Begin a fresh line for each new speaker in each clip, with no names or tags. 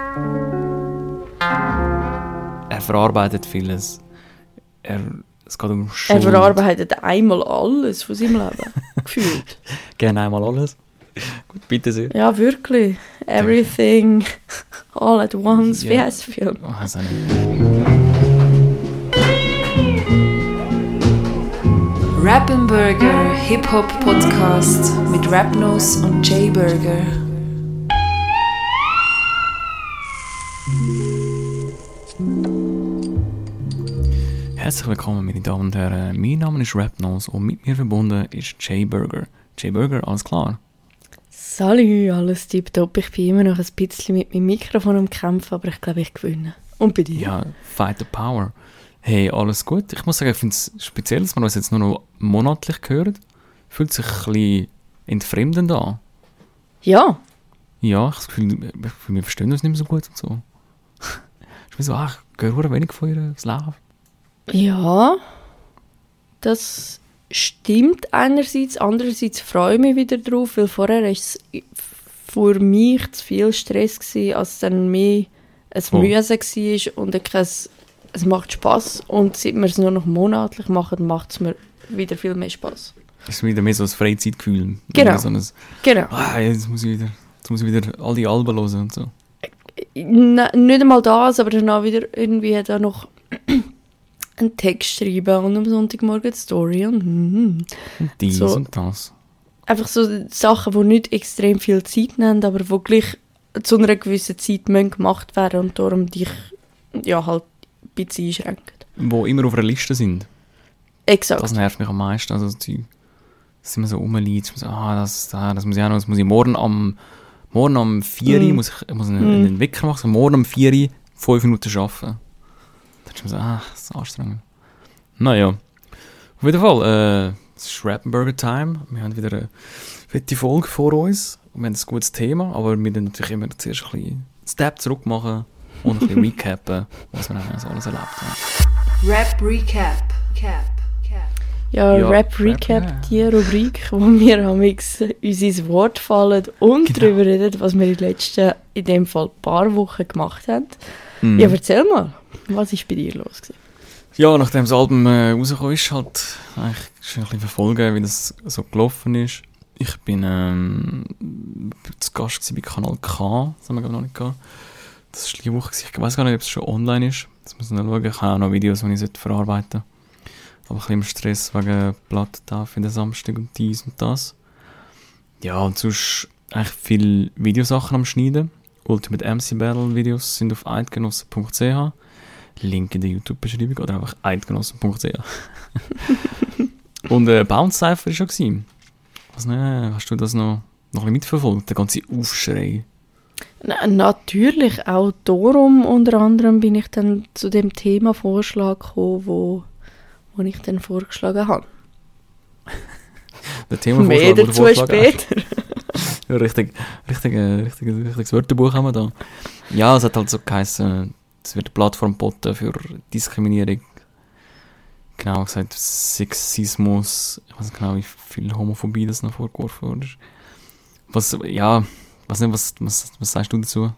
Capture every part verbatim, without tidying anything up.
Er verarbeitet vieles. Er, es geht um
Er
Schuld.
verarbeitet einmal alles von seinem Leben. Gefühlt.
Gerne einmal alles. Gut, bitte sehr.
Ja, wirklich. Everything, all at once.
Ja.
Wie heisst der Film?
Oh, weiß auch nicht.
Rap'n'Burger Hip-Hop-Podcast mit Rapnose und Jay Burger.
Herzlich willkommen, meine Damen und Herren. Mein Name ist Rapnose und mit mir verbunden ist Jay Burger. Jay Burger, alles klar?
Salut, alles tipptopp. Ich bin immer noch ein bisschen mit meinem Mikrofon am Kämpfen, aber ich glaube, ich gewinne. Und bei dir?
Ja, fight the power. Hey, alles gut. Ich muss sagen, ich finde es speziell, dass wir uns jetzt nur noch monatlich hören. Fühlt sich ein bisschen entfremdend an.
Ja.
Ja, ich habe das Gefühl, wir verstehen uns nicht mehr so gut und so. Ich bin so, ach, ich höre wenig von ihr, was läuft.
Ja, das stimmt einerseits. Andererseits freue ich mich wieder drauf, weil vorher war es für mich zu viel Stress gewesen, als es dann mehr ein
Oh.
Mühsam war und ich es, es macht Spass. Und seit wir es nur noch monatlich machen, macht es mir wieder viel mehr Spass.
Es ist wieder mehr so ein Freizeitgefühl.
Genau.
So ein,
Genau.
ah, jetzt muss ich wieder, jetzt muss ich wieder all die Alben hören und so.
N- nicht einmal das, aber dann auch wieder irgendwie da noch einen Text schreiben und am Sonntagmorgen die Story und hm.
Und dies
So.
und das.
Einfach so Sachen, die nicht extrem viel Zeit nehmen, aber die gleich zu einer gewissen Zeit müssen gemacht werden und darum dich ja, halt ein bisschen einschränken.
Wo immer auf einer Liste sind.
Exakt.
Das nervt mich am meisten. Also, die, dass immer so rumliegt. So, ah, das, das, das muss ich auch noch. Das muss ich morgen am, morgen am vier Uhr
Mm.
muss ich, muss einen,
Mm.
einen Wecker machen. So, morgen am vier Uhr fünf Minuten arbeiten. Da ist mir so, ah, das ist anstrengend. Naja. Auf jeden Fall, äh, es ist Rap'n'Burger Time. Wir haben wieder eine fette Folge vor uns. Und wir haben ein gutes Thema, aber wir müssen natürlich immer zuerst ein bisschen einen Step zurück machen und ein bisschen recappen, was wir eigentlich alles erlebt haben.
Rap Recap. Cap. Cap.
Ja,
Ja,
Rap Recap,
Rap, ja.
die Rubrik, wo wir am uns ins Wort fallen und
Genau.
darüber reden, was wir in den letzten, in dem Fall paar Wochen gemacht haben.
Mhm.
Ja, erzähl mal, was ist bei dir los gewesen?
Ja, nachdem das Album äh, rausgekommen ist, halt eigentlich schon ein bisschen verfolgen, wie das so gelaufen ist. Ich bin ähm, zu Gast gewesen bei Kanal K, das haben wir glaube ich noch nicht gehabt. Das war die Woche gewesen. Ich weiß gar nicht, ob es schon online ist. Das muss ich noch schauen. Ich habe auch noch Videos, die ich verarbeiten sollte. Aber ein bisschen im Stress wegen Plattentaufe in den Samstag und dies und das. Ja, und sonst eigentlich viele Videosachen am Schneiden. Ultimate M C Battle Videos sind auf eidgenossen punkt c h. Link in der YouTube-Beschreibung oder einfach eidgenossen punkt c h. Und äh, Bounce Cypher war schon gewesen. Was, ne, hast du das noch, noch ein bisschen mitverfolgt? Der ganze Aufschrei.
Na, natürlich, auch darum unter anderem bin ich dann zu dem Thema-Vorschlag gekommen, wo, wo ich dann vorgeschlagen habe.
Der Themavorschlag,
Mehr
den du
dazu
vorgeschlagen hast.
später.
Ja, richtig, richtig, äh, richtig, richtiges Wörterbuch haben wir da. Ja, es hat halt so geheißen, es wird eine Plattform geboten für Diskriminierung. Genau gesagt, Sexismus. Ich weiß nicht genau, wie viel Homophobie das noch vorgeworfen wurde. Was, ja, weiß nicht, was, was, was sagst du dazu?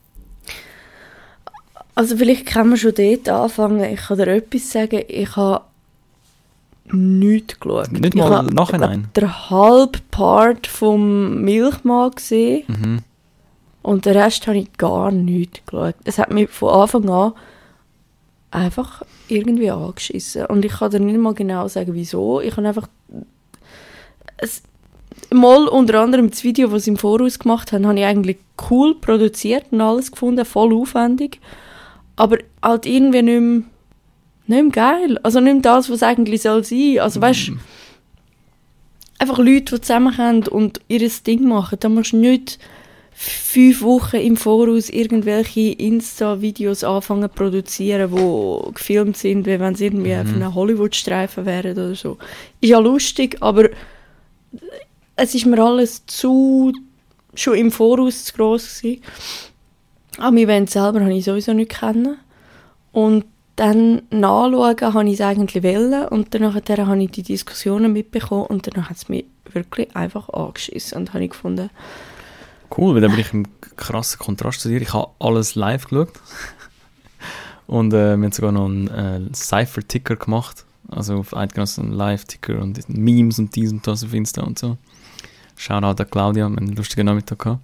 Also vielleicht kann man schon dort anfangen. Ich kann dir etwas sagen. Ich habe nichts geschaut.
Nicht
ich
mal
habe
nachhinein?
den halben Part vom Milchmann gesehen
Mhm.
und den Rest habe ich gar nichts geschaut. Es hat mich von Anfang an einfach irgendwie angeschissen. Und ich kann dir nicht mal genau sagen, wieso. Ich habe einfach... Es, mal unter anderem das Video, das sie im Voraus gemacht haben, habe ich eigentlich cool produziert und alles gefunden, voll aufwendig. Aber halt irgendwie nicht mehr, nicht mehr geil. Also nicht mehr das, was es eigentlich soll sein. Also weißt du, einfach Leute, die zusammenkommen und ihr Ding machen. Da musst du nicht fünf Wochen im Voraus irgendwelche Insta-Videos anfangen zu produzieren, die gefilmt sind, wie wenn es irgendwie
Mhm.
auf einem Hollywood-Streifen wären oder so. Ist ja lustig, aber es ist mir alles zu, schon im Voraus zu gross gewesen. Auch mein Event selber habe ich sowieso nicht kennen. Und dann nachschauen habe ich es eigentlich wollen und danach habe ich die Diskussionen mitbekommen und danach hat es mich wirklich einfach angeschissen und habe ich gefunden,
Cool, weil da bin ich im krassen Kontrast zu dir. Ich habe alles live geschaut. Und äh, wir haben sogar noch einen äh, Cypher-Ticker gemacht. Also auf eidgenössischen Live-Ticker und Memes und dies und das auf Insta und so. Shoutout an Claudia, wir haben einen lustigen Nachmittag gehabt.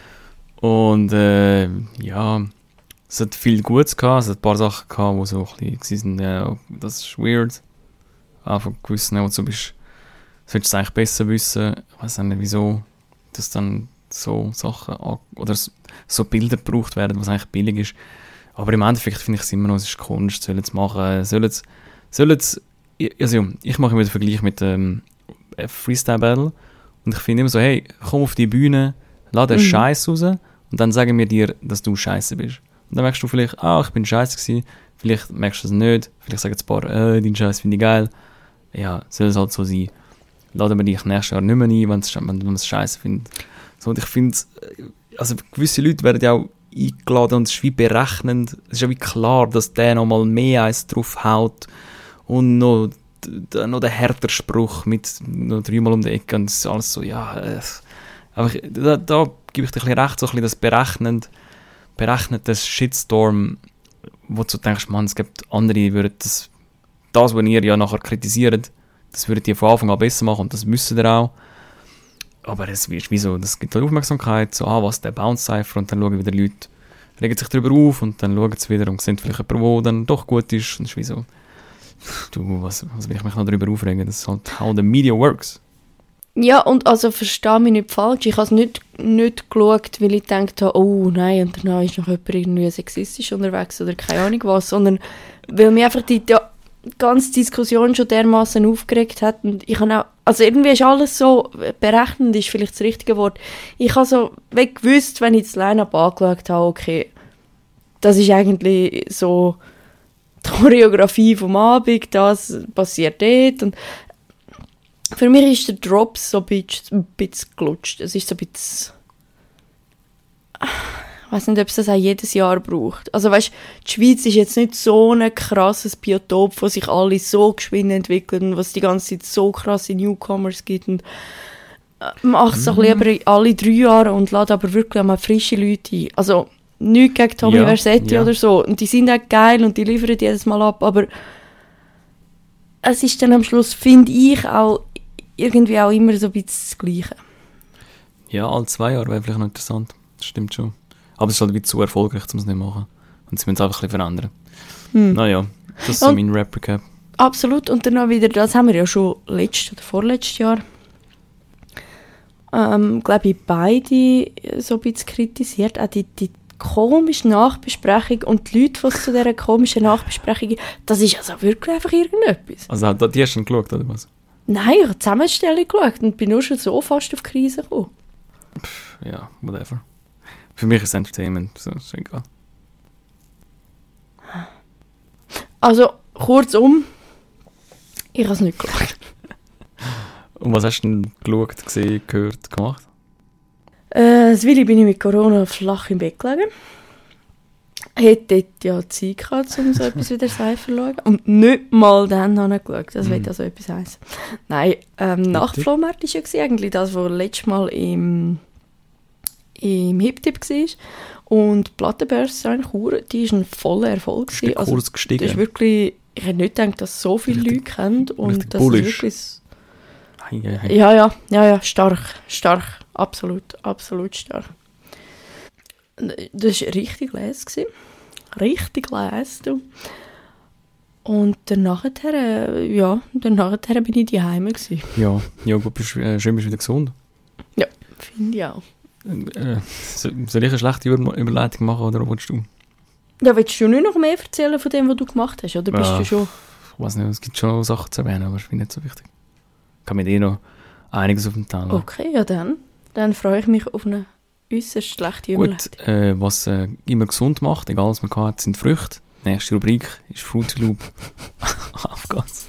Und äh, ja, es hat viel Gutes gehabt. Es hat ein paar Sachen gehabt, die so ein bisschen sind, ja, das ist weird. Auch von gewissen, wo du so bist, solltest du es eigentlich besser wissen. Ich weiß nicht, wieso dass dann so Sachen oder so Bilder gebraucht werden, was eigentlich billig ist. Aber im Endeffekt finde ich es immer noch, es ist Kunst, sollen es machen, sollen es, sollen es, also ich mache immer den Vergleich mit dem ähm, Freestyle Battle und ich finde immer so, hey, komm auf die Bühne, lass den mhm. Scheiß raus und dann sagen wir dir, dass du Scheiße bist. Und dann merkst du vielleicht, ah, ich bin Scheiße gewesen, vielleicht merkst du es nicht, vielleicht sagen ein paar, äh, dein Scheiß finde ich geil. Ja, soll es halt so sein. Laden wir dich nächstes Jahr nicht mehr ein, wenn man es Scheiße findet. So, und ich finde, also gewisse Leute werden ja auch eingeladen und es ist wie berechnend. Es ist ja wie klar, dass der noch mal mehr eins draufhaut und noch, d- noch der härtere Spruch mit noch dreimal um die Ecke und es ist alles so, ja, äh, aber ich, da, da gebe ich dir ein bisschen recht, so ein bisschen das berechnend, berechnetes Shitstorm, wo du denkst, man, es gibt andere, die würden das, das, was ihr ja nachher kritisiert, das würdet ihr von Anfang an besser machen und das müsst ihr auch. Aber es ist wie so, das gibt halt Aufmerksamkeit, so, ah, was der Bounce-Cypher und dann schauen wieder Leute, regen sich darüber auf und dann schauen sie wieder und sehen vielleicht jemanden, der dann doch gut ist und es ist wie so, du, was, was will ich mich noch darüber aufregen, das ist halt how the media works.
Ja, und also verstehe mich nicht falsch, ich habe es nicht, nicht geschaut, weil ich dachte, oh nein, und danach ist noch jemand irgendwie sexistisch unterwegs oder keine Ahnung was, sondern weil mich einfach die, die ganze Diskussion schon dermaßen aufgeregt hat und ich habe auch, also irgendwie ist alles so, berechnend ist vielleicht das richtige Wort, ich habe so gewusst, wenn ich das Line-Up angeschaut habe, okay, das ist eigentlich so die Choreografie vom Abend, das passiert dort und für mich ist der Drop so ein bisschen, ein bisschen gelutscht, es ist so ein bisschen, ich weiß nicht, ob es das auch jedes Jahr braucht. Also weißt, die Schweiz ist jetzt nicht so ein krasses Biotop, wo sich alle so geschwind entwickeln, was die ganze Zeit so krasse Newcomers gibt und macht es mm. doch lieber alle drei Jahre und lädt aber wirklich einmal frische Leute ein. Also nichts gegen Tommy ja, Versetti ja. oder so. Und die sind auch geil und die liefern jedes Mal ab, aber es ist dann am Schluss, finde ich, auch irgendwie auch immer so ein bisschen das Gleiche.
Ja, alle zwei Jahre wäre vielleicht noch interessant. Das stimmt schon. Aber es ist halt ein bisschen zu erfolgreich, um es nicht zu machen. Und sie müssen es einfach ein bisschen verändern. Hm. Naja, das ist so mein Rap-Recap.
Absolut. Und dann auch wieder, das haben wir ja schon letztes oder vorletztes Jahr, ähm, glaube ich, beide so ein bisschen kritisiert. Auch die, die komische Nachbesprechung und die Leute, die zu dieser komischen Nachbesprechung, das ist also wirklich einfach irgendetwas.
Also die hast du schon geschaut, oder was?
Nein, ich habe die Zusammenstellung geschaut und bin nur schon so fast auf die Krise gekommen.
Pff, ja, whatever. Für mich ist es Entertainment, so ist egal.
Also, kurzum, ich habe es nicht geschaut.
Und was hast du denn geschaut, gesehen, gehört, gemacht?
Äh, das Willi bin ich mit Corona flach im Bett gelegen. Hätte dort ja Zeit gehabt, um so etwas wieder Cypher zu schauen. Und nicht mal dann habe ich geschaut. Das mm. will also etwas heißen. Nein, ähm, Nachtflohmarkt war ja eigentlich das, was letztes Mal im, im Hip-Tip war. Und die Plattenbörse in Chur, die war ein voller Erfolg.
Ist der Kurs also, gestiegen?
Das ist wirklich, ich hätte nicht gedacht, dass so viele Leute kennen. Und das bullish. Ist wirklich...
Hei, hei, hei.
Ja, ja, ja, ja, stark, stark. Absolut, absolut stark. Das war richtig les. Richtig les. Du. Und danach, ja, danach bin ich daheim.
Ja, ja gut, bist, äh, schön bist du wieder gesund.
Ja, finde ich auch.
Äh, soll ich eine schlechte Über- Überleitung machen oder willst du?
Ja, willst du nicht noch mehr erzählen von dem, was du gemacht hast? Oder bist ja, du schon...
Ich weiß nicht, es gibt schon Sachen zu erwähnen, aber ich finde nicht so wichtig. Ich kann mit dir noch einiges auf dem Teller.
Okay, ja dann. Dann freue ich mich auf eine äußerst schlechte Überleitung.
Gut, äh, was äh, immer gesund macht, egal was man hat, sind Früchte. Die nächste Rubrik ist Fruity Loop. Auf geht's.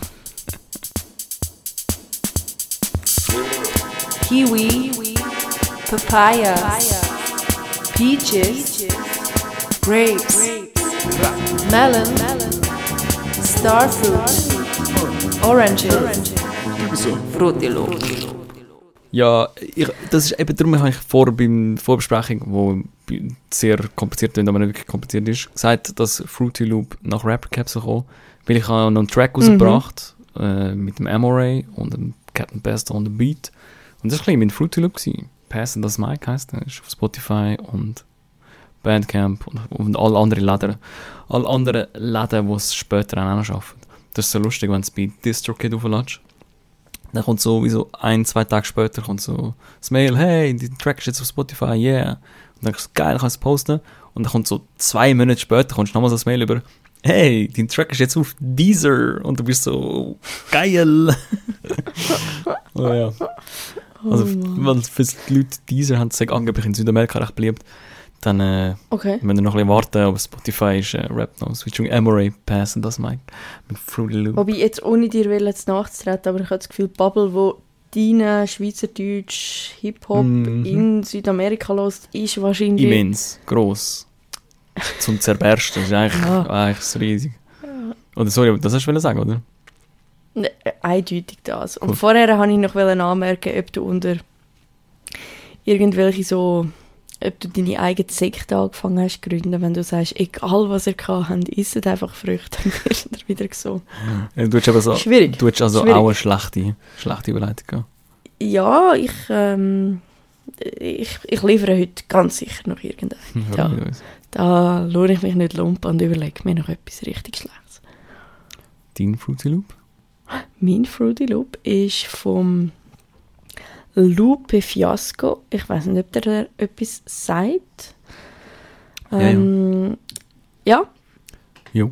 Kiwi, Papaya, Peaches, Grapes, Melon, Starfruit, Oranges, Fruity Loop.
Ja, ich, das ist eben darum, habe ich vor beim Vorbesprechung, wo sehr kompliziert ist, aber nicht wirklich kompliziert ist, gesagt, dass Fruity Loop nach Rapper Caps kommen, weil ich habe noch einen Track rausgebracht mhm. äh, mit dem Amoray und dem Captain Best on the Beat. Und das war ein bisschen mein Fruity Loop gewesen. Pass and das Mike heisst, der ist auf Spotify und Bandcamp und, und alle anderen Läden, alle anderen Läden, die es später auch noch schaffen. Das ist so lustig, wenn es bei DistroKid auflädst. Dann kommt so, wie so ein, zwei Tage später kommt so das Mail, hey, die Track ist jetzt auf Spotify, yeah. Und dann denkst du, geil, ich kann es posten. Und dann kommt so zwei Monate später, kommst du nochmal so das Mail über, hey, dein Track ist jetzt auf Deezer. Und du bist so, geil. Oh ja. Also, wenn für die Leute Deezer haben, sagen angeblich in Südamerika recht beliebt, dann äh,
okay.
müssen wir noch ein bisschen warten, aber Spotify ist äh, Rap noch. Switching Amoray Pass und das Mike mit Fruity Loop.
Wobei jetzt ohne dir jetzt nachzutreten, aber ich habe das Gefühl, Bubble, wo deine Schweizerdeutsch Hip-Hop mm-hmm. in Südamerika hört, ist wahrscheinlich...
Immens, gross. Zum Zerbersten. Das ist eigentlich, ja. eigentlich so riesig. Ja. Oder sorry, das hast du sagen, oder?
Ne, eindeutig das. Und cool. Vorher wollte ich noch anmerken, ob du unter irgendwelche so... ob du deine eigene Sekte angefangen hast zu gründen, wenn du sagst, egal was ihr gehabt habt, isst einfach Früchte, dann wirst du wieder so.
Ja, du hast aber so,
schwierig.
Du hast also
schwierig.
auch eine schlechte, schlechte Überleitung gehabt.
Ja, ich, ähm, ich, ich liefere heute ganz sicher noch irgendeinen.
Ja,
da, da lohne ich mich nicht lumpen und überlege mir noch etwas richtig Schlechtes.
Dein Fruity Loop?
Mein Fruity Loop ist vom Lupe Fiasco. Ich weiß nicht, ob der etwas sagt. Ähm, ja. ja.
Jo.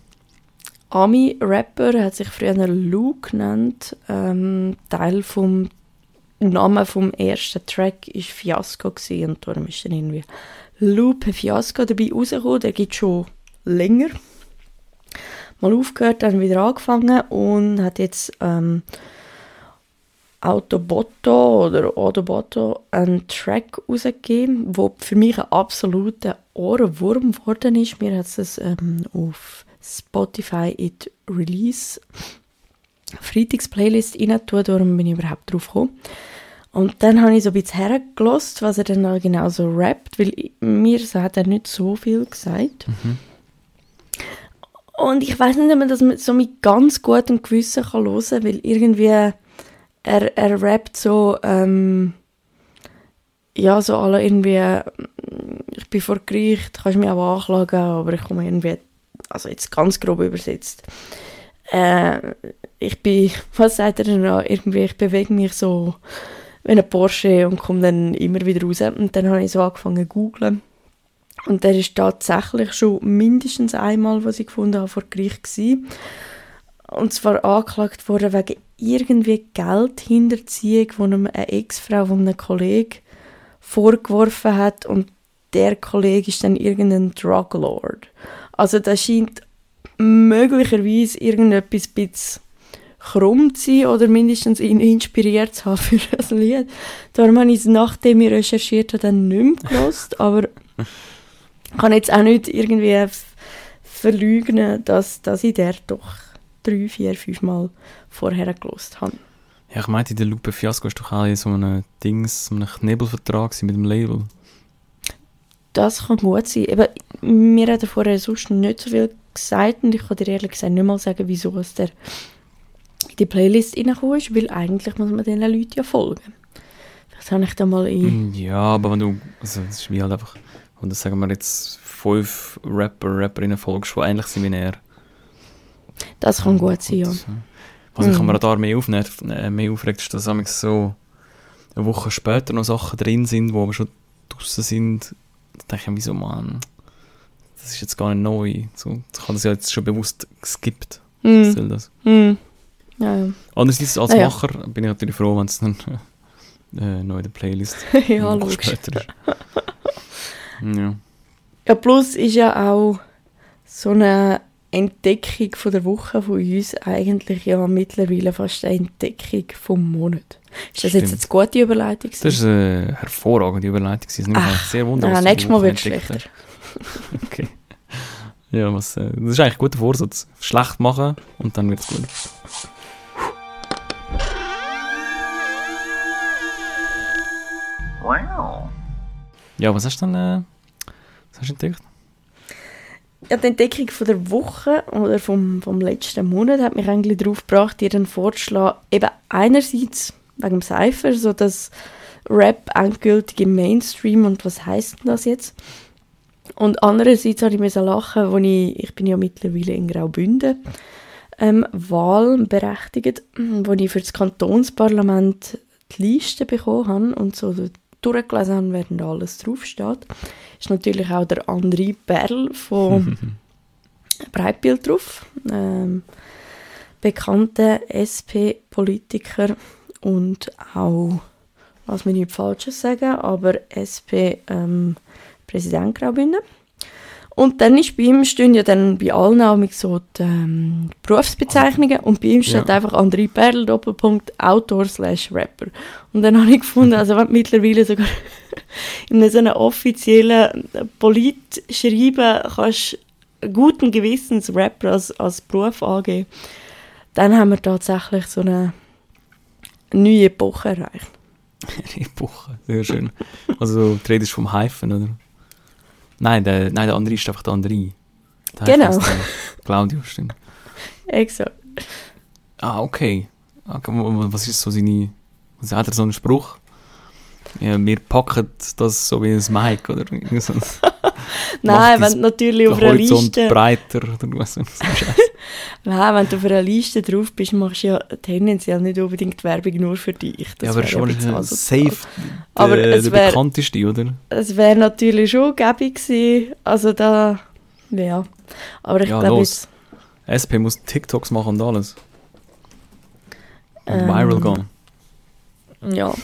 Ami-Rapper hat sich früher Lou genannt. Ähm, Teil vom Namen vom ersten Track war Fiasco gewesen, und darum ist dann irgendwie Lupe Fiasco dabei rausgekommen. Der gibt schon länger. Mal aufgehört, dann wieder angefangen und hat jetzt ähm, Autobotto oder Autobotto einen Track rausgegeben, der für mich ein absoluter Ohrenwurm geworden ist. Mir hat es ähm, auf Spotify in die Release Freitags-Playlist reingetan, darum bin ich überhaupt drauf gekommen. Und dann habe ich so ein bisschen hergelassen, was er dann genau so rappt, weil ich, mir so hat er nicht so viel gesagt.
Mhm.
Und ich weiß nicht, ob man das mit, so mit ganz gutem Gewissen kann hören kann, weil irgendwie er, er rappt so, ähm, ja, so alle irgendwie, ich bin vor Gericht, kannst mich auch anklagen, aber ich komme irgendwie, also jetzt ganz grob übersetzt, äh, ich bin, was sagt er denn noch, irgendwie, ich bewege mich so wie ein Porsche und komme dann immer wieder raus. Und dann habe ich so angefangen zu googlen. Und der ist tatsächlich schon mindestens einmal, was ich gefunden habe, vor Gericht gewesen. Und zwar angeklagt worden wegen irgendwie Geldhinterziehung, die ihm eine Ex-Frau von einem Kollegen vorgeworfen hat. Und der Kollege ist dann irgendein Druglord. Also das scheint möglicherweise irgendetwas ein bisschen krumm zu sein oder mindestens ihn inspiriert zu haben für das Lied. Darum habe ich es, nachdem ich recherchiert habe, dann nicht mehr gehört. Aber ich kann jetzt auch nicht irgendwie f- verleugnen, dass, dass ich der doch drei, vier, fünf Mal vorher gehört habe.
Ja, ich meinte, der Lupe Fiasco ist doch auch in so einem Dings, so einem Knebelvertrag mit dem Label.
Das kann gut sein. Eben, mir hat er vorher sonst nicht so viel gesagt und ich kann dir ehrlich gesagt nicht mal sagen, wieso es der in die Playlist reingekommen ist, weil eigentlich muss man diesen Leuten ja folgen. Vielleicht habe ich da mal in...
Ja, aber wenn du, also das ist wie halt einfach, wenn du, sagen wir jetzt, fünf Rapper, Rapperinnen folgst, die ähnlich sind wie er.
Das kann gut sein, ja.
Was mich
Mhm.
am Radar mehr, aufnervt, äh, mehr aufregt, ist, dass manchmal so eine Woche später noch Sachen drin sind, die aber schon draussen sind. Da denke ich mir so, Mann, das ist jetzt gar nicht neu. So, ich habe das ja jetzt schon bewusst geskippt.
Mhm.
Was soll das?
Mhm. Ja, ja.
Andererseits, als
Ah, ja.
Macher bin ich natürlich froh, wenn es dann äh, noch in der Playlist
Ja,
eine Woche
logisch.
später ist. Ja.
Ja, plus ist ja auch so eine Entdeckung von der Woche von uns eigentlich ja mittlerweile fast eine Entdeckung vom Monat. Ist das
Stimmt.
jetzt eine gute Überleitung?
Das ist eine hervorragende Überleitung. Sie sind
Ach,
sehr wunderbar.
Nein, nächstes Mal wird es schlechter.
Okay. Ja, was, äh, das ist eigentlich ein guter Vorsatz. Schlecht machen und dann wird es gut. Ja, was hast du denn äh, was hast du entdeckt?
Ja, die Entdeckung von der Woche oder vom, vom letzten Monat hat mich eigentlich darauf gebracht, dir dann vorzuschlagen, eben einerseits wegen dem Cypher, so dass Rap endgültig im Mainstream und was heisst denn das jetzt? Und andererseits habe ich mir so lachen, wo ich, ich bin ja mittlerweile in Graubünden ähm, wahlberechtigt, wo ich für das Kantonsparlament die Liste bekommen habe und so durchgelesen habe, während alles draufsteht. Ist natürlich auch der André Berl von Breitbild drauf. Ähm, bekannter S P-Politiker und auch, lass mich nicht Falsches sagen, aber S P-Präsident Graubünden. Und dann ist bei ihm, stehen ja dann bei allen auch so die ähm, Berufsbezeichnungen und bei ihm steht ja einfach André Berl, Doppelpunkt, Autor slash Rapper. Und dann habe ich gefunden, also wenn du mittlerweile sogar in so einem offiziellen Polit-Schreiben kannst guten Gewissens Rapper als, als Beruf angeben, dann haben wir tatsächlich so eine neue Epoche erreicht.
Eine Epoche, sehr schön. Also du redest vom Hyphen, oder? Nein, der, nein, der andere ist einfach der andere. Der
Genau.
Claudio, stimmt.
Exakt.
Ah, okay. okay. Was ist so seine... Was hat er so einen Spruch? Ja, wir packen das so wie ein Mic, oder?
Nein, wenn du natürlich auf einer
Horizont
Liste...
breiter, oder was so ein Scheiß.
Nein, wenn du auf einer Liste drauf bist, machst du ja tendenziell nicht unbedingt Werbung nur für dich. Das
ja, aber schon
ja
safe
aber
der,
es
der
wär,
bekannteste, oder?
Es wäre natürlich schon gäbig gewesen. Also da... Ja. Aber ich
ja,
glaube
los. S P muss TikToks machen und alles. Und
ähm,
viral gehen.
Ja.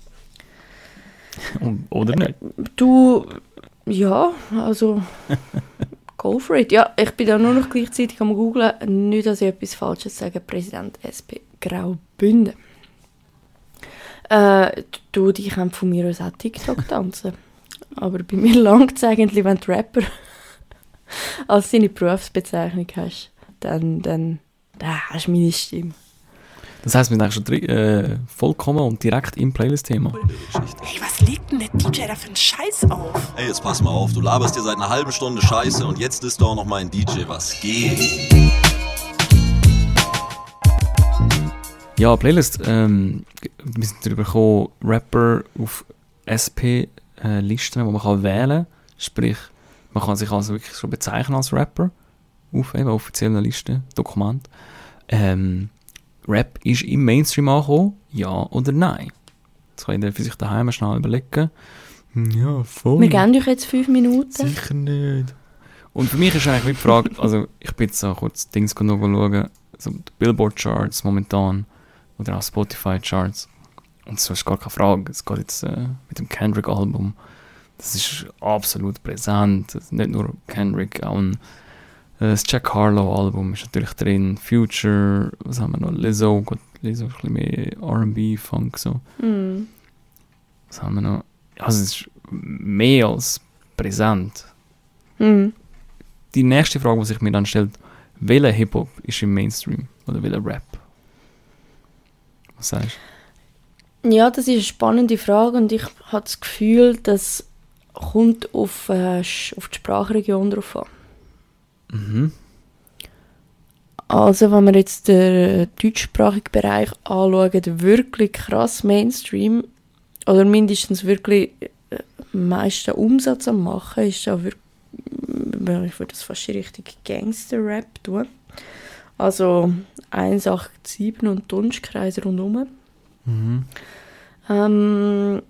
Oder nicht?
Du... Ja, also... Go for it. Ja, ich bin da nur noch gleichzeitig am googlen, nicht, dass ich etwas Falsches sage. Präsident S P Graubünden. Äh, du, die können von mir aus auch TikTok tanzen. Aber bei mir langt es eigentlich, wenn du Rapper als deine Berufsbezeichnung hast, dann, dann, dann hast du meine Stimme.
Das heisst, wir sind eigentlich schon drin, äh, vollkommen und direkt im Playlist-Thema.
Hey, was legt denn der D J da für einen Scheiß auf?
Ey, jetzt pass mal auf, du laberst dir seit einer halben Stunde Scheiße und jetzt ist doch noch mal ein D J, was geht?
Ja, Playlist. Ähm, wir sind darüber gekommen, Rapper auf S P-Listen, äh, die man kann wählen kann. Sprich, man kann sich also wirklich schon bezeichnen als Rapper auf eben offiziellen Listen, Dokument. Ähm, Rap ist im Mainstream angekommen, ja oder nein? Jetzt kann jeder für sich daheim schnell überlegen. Ja, voll.
Wir geben euch jetzt fünf Minuten.
Sicher nicht. Und für mich ist eigentlich die Frage, also ich bin jetzt auch kurz Dings noch schauen, also die Billboard-Charts momentan oder auch Spotify-Charts. Und so ist gar keine Frage. Es geht jetzt äh, mit dem Kendrick-Album. Das ist absolut präsent. Nicht nur Kendrick, auch ein Das Jack Harlow-Album ist natürlich drin. Future, was haben wir noch? Lizzo, Gott, Lizzo ist ein bisschen mehr R and B, Funk so.
Mm.
Was haben wir noch? Also es ist mehr als präsent.
Mm.
Die nächste Frage, die sich mir dann stellt, welcher Hip-Hop ist im Mainstream? Oder welcher Rap? Was sagst du?
Ja, das ist eine spannende Frage und ich habe das Gefühl, das kommt auf, äh, auf die Sprachregion drauf an.
Mhm.
Also wenn wir jetzt den deutschsprachigen Bereich anschauen, wirklich krass Mainstream oder mindestens wirklich am meisten Umsatz am machen, ist da wirklich, ich würde das fast in Richtung Gangster-Rap tun. Also eins acht sieben und Dunstkreis rundherum.
Mhm.
Ähm,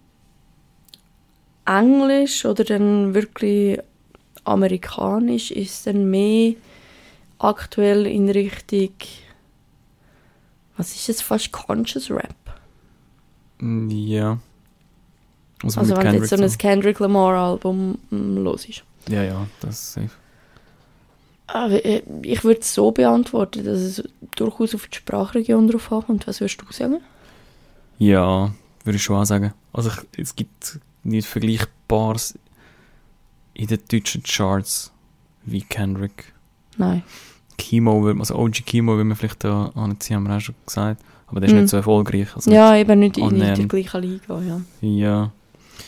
Englisch oder dann wirklich amerikanisch ist dann mehr aktuell in Richtung, was ist das, fast Conscious Rap.
Ja. Also,
Also wenn du jetzt so ein
so.
Kendrick Lamar Album los ist.
Ja, ja, das ist safe.
Aber ich, ich würde es so beantworten, dass es durchaus auf die Sprachregion drauf ankommt. Was würdest du sagen?
Ja, würde ich schon auch sagen. Also ich, es gibt nicht Vergleichbares in den deutschen Charts wie Kendrick.
Nein.
Kimo, also O G Kimo, wie wir vielleicht da anziehen, haben wir auch schon gesagt. Aber der ist
Mhm.
nicht so erfolgreich. Also
Ja, eben nicht in
annähernd.
der gleichen Liga, ja.
Ja.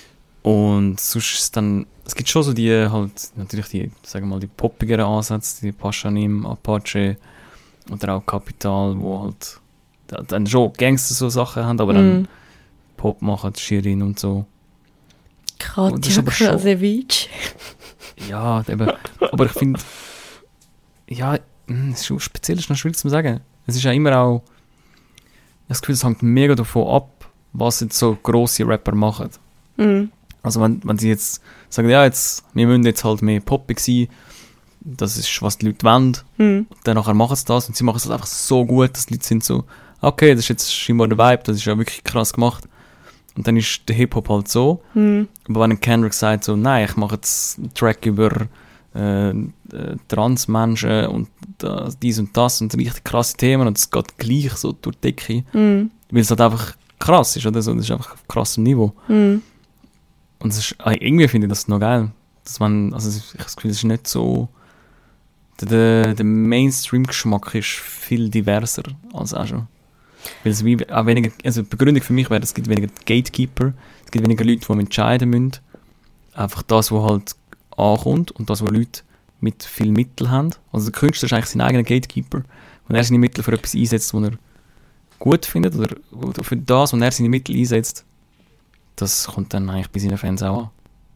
Und sonst ist es dann, es gibt schon so die, halt, natürlich die, sagen wir mal, die poppigeren Ansätze, die Paschanim, Apache oder auch Capital, wo halt dann schon Gangster so Sachen haben, aber dann
Mm.
Pop machen, Shirin und so. Und das ist
Katja
aber schon-
Krasevich.
Ja, eben, aber ich finde, ja, mh, es ist schon speziell, es ist noch schwierig zu sagen. Es ist ja immer auch, ich habe das Gefühl, es hängt mega davon ab, was jetzt so grosse Rapper machen.
Mm.
Also wenn, wenn sie jetzt sagen, ja, jetzt, wir müssen jetzt halt mehr poppig sein, das ist, was die Leute wollen,
Mm.
dann nachher machen sie das und sie machen es einfach so gut, dass die Leute sind so, okay, das ist jetzt scheinbar der Vibe, das ist ja wirklich krass gemacht. Und dann ist der Hip-Hop halt so.
Mm.
Aber wenn ein Kendrick sagt so, nein, ich mache jetzt einen Track über äh, äh, Transmenschen und das, dies und das und richtig krasse Themen und es geht gleich so durch die Decke,
Mm.
weil es halt einfach krass ist, oder so, das ist einfach auf krassem Niveau.
Mm.
Und es ist, äh, irgendwie finde ich das noch geil, dass man, also ich habe das Gefühl, es ist nicht so, der, der, der Mainstream-Geschmack ist viel diverser als auch schon. Weil es wie auch weniger, also die Begründung für mich wäre, es gibt weniger Gatekeeper, es gibt weniger Leute, die entscheiden müssen. Einfach das, was halt ankommt und das, was Leute mit viel Mitteln haben. Also der Künstler ist eigentlich sein eigener Gatekeeper. Wenn er seine Mittel für etwas einsetzt, was er gut findet, oder, oder für das, was er seine Mittel einsetzt, das kommt dann eigentlich bei seinen Fans auch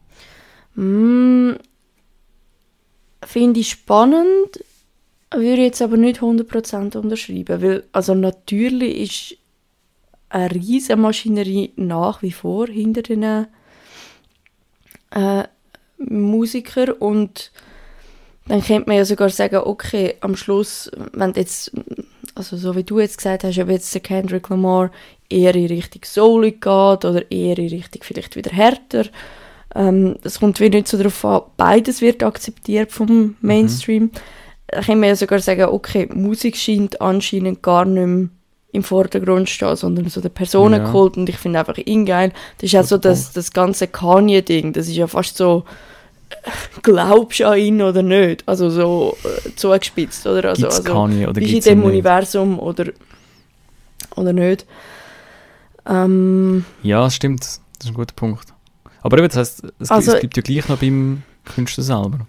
an.
Mm. Finde ich spannend, würde ich jetzt aber nicht hundert Prozent unterschreiben, weil also natürlich ist eine riesige Maschinerie nach wie vor hinter den äh, Musikern und dann könnte man ja sogar sagen, okay, am Schluss, wenn du jetzt, also so wie du jetzt gesagt hast, ob jetzt der Kendrick Lamar eher in Richtung soulig geht oder eher in Richtung vielleicht wieder härter, ähm, das kommt wie nicht so darauf an, beides wird akzeptiert vom Mainstream. Mhm. Da kann man ja sogar sagen, okay, Musik scheint anscheinend gar nicht mehr im Vordergrund zu stehen, sondern so der Personenkult ja. Und ich finde einfach ihn geil. Das ist ja so das, das ganze Kanye-Ding, das ist ja fast so, glaubst du an ihn oder nicht? Also so äh, zugespitzt, oder? Also,
gibt's
also
Kanye oder
bist
gibt's
in dem
nicht?
Universum oder, oder nicht? Ähm,
ja, das stimmt. Das ist ein guter Punkt. Aber eben, das heisst, es,
also,
es gibt ja gleich noch beim Künstler selber.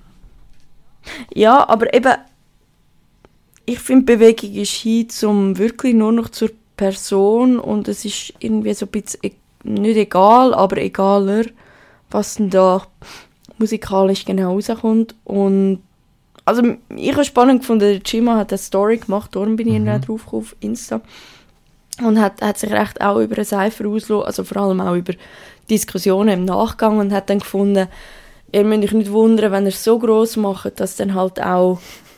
Ja, aber eben, ich finde, Bewegung ist hin zum wirklich nur noch zur Person und es ist irgendwie so ein bisschen, e- nicht egal, aber egaler, was denn da musikalisch genau rauskommt. Und also ich habe spannend gefunden, der Chima hat eine Story gemacht, darum bin ich mhm. dann drauf auf Insta. Und hat, hat sich recht auch über einen Cypher ausgelassen, also vor allem auch über Diskussionen im Nachgang und hat dann gefunden, ihr müsst euch nicht wundern, wenn ihr es so gross macht, dass dann halt auch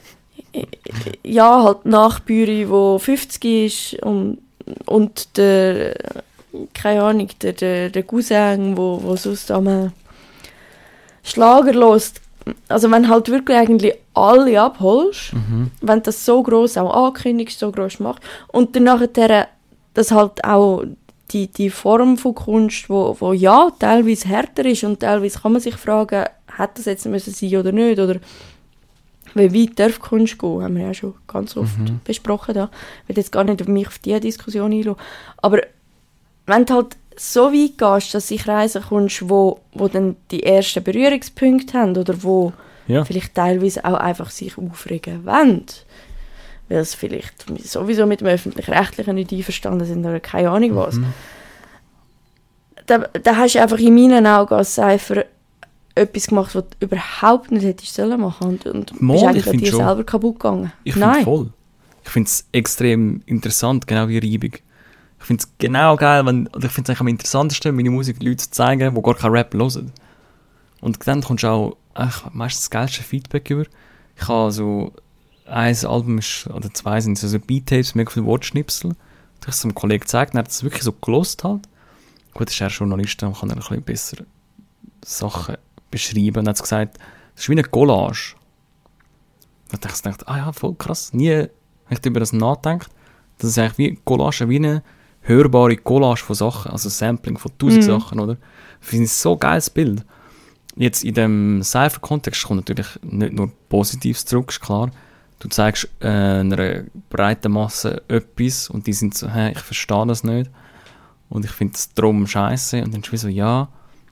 ja, halt Nachbüri, wo fünfzig ist und, und der, keine Ahnung, der, der, der Cousin, wo, wo sonst am Schlager hört. Also wenn halt wirklich eigentlich alle abholst,
Mhm.
wenn du das so gross auch ankündigst, so gross machst und dann nachher das halt auch die, die Form von Kunst, wo, wo ja teilweise härter ist und teilweise kann man sich fragen, hat das jetzt müssen sein oder nicht, oder wie weit darf Kunst gehen, haben wir ja schon ganz oft
Mhm.
besprochen da. Ich will jetzt gar nicht auf mich auf diese Diskussion einlassen. Aber wenn du halt so weit gehst, dass du in Kreise kommst, wo, wo dann die ersten Berührungspunkte haben oder wo
Ja.
vielleicht teilweise auch einfach sich aufregen wollen, weil es vielleicht sowieso mit dem Öffentlich-Rechtlichen nicht einverstanden sind oder keine Ahnung was.
Mhm.
Da, da hast du einfach in meinen Augen als Cypher etwas gemacht, was du überhaupt nicht hättest sollen machen und, und
Mal,
bist
ich
eigentlich an
find
dir
schon.
selber kaputt gegangen.
Ich finde
Nein.
voll. Ich finde es extrem interessant, genau wie Reibung. Ich finde es genau geil, wenn, oder ich finde es eigentlich am interessantesten, meine Musik Leuten zu zeigen, die gar keinen Rap hören. Und dann kommst du auch ach, meistens das geilste Feedback über. Ich habe so ein Album ist, oder zwei sind so, so Beat-Tapes, mega viele Wortschnipsel. Da habe ich es einem Kollegen gezeigt und er hat es wirklich so gelost halt. Gut, ist er Journalist, dann kann er ein bisschen besser Sachen beschreiben. Und er hat gesagt, das ist wie eine Collage. Da habe ich gedacht, ah ja, voll krass. Nie habe ich über das nachgedacht. Das ist eigentlich wie Collage, wie eine hörbare Collage von Sachen, also Sampling von tausend
Mhm.
Sachen, oder? Ich finde es so ein geiles Bild. Jetzt in dem Cypher-Kontext kommt natürlich nicht nur Positives zurück, ist klar. Du zeigst äh, einer breiten Masse etwas und die sind so, hä, ich verstehe das nicht. Und ich finde es darum scheiße. Und dann ist wie so, ja,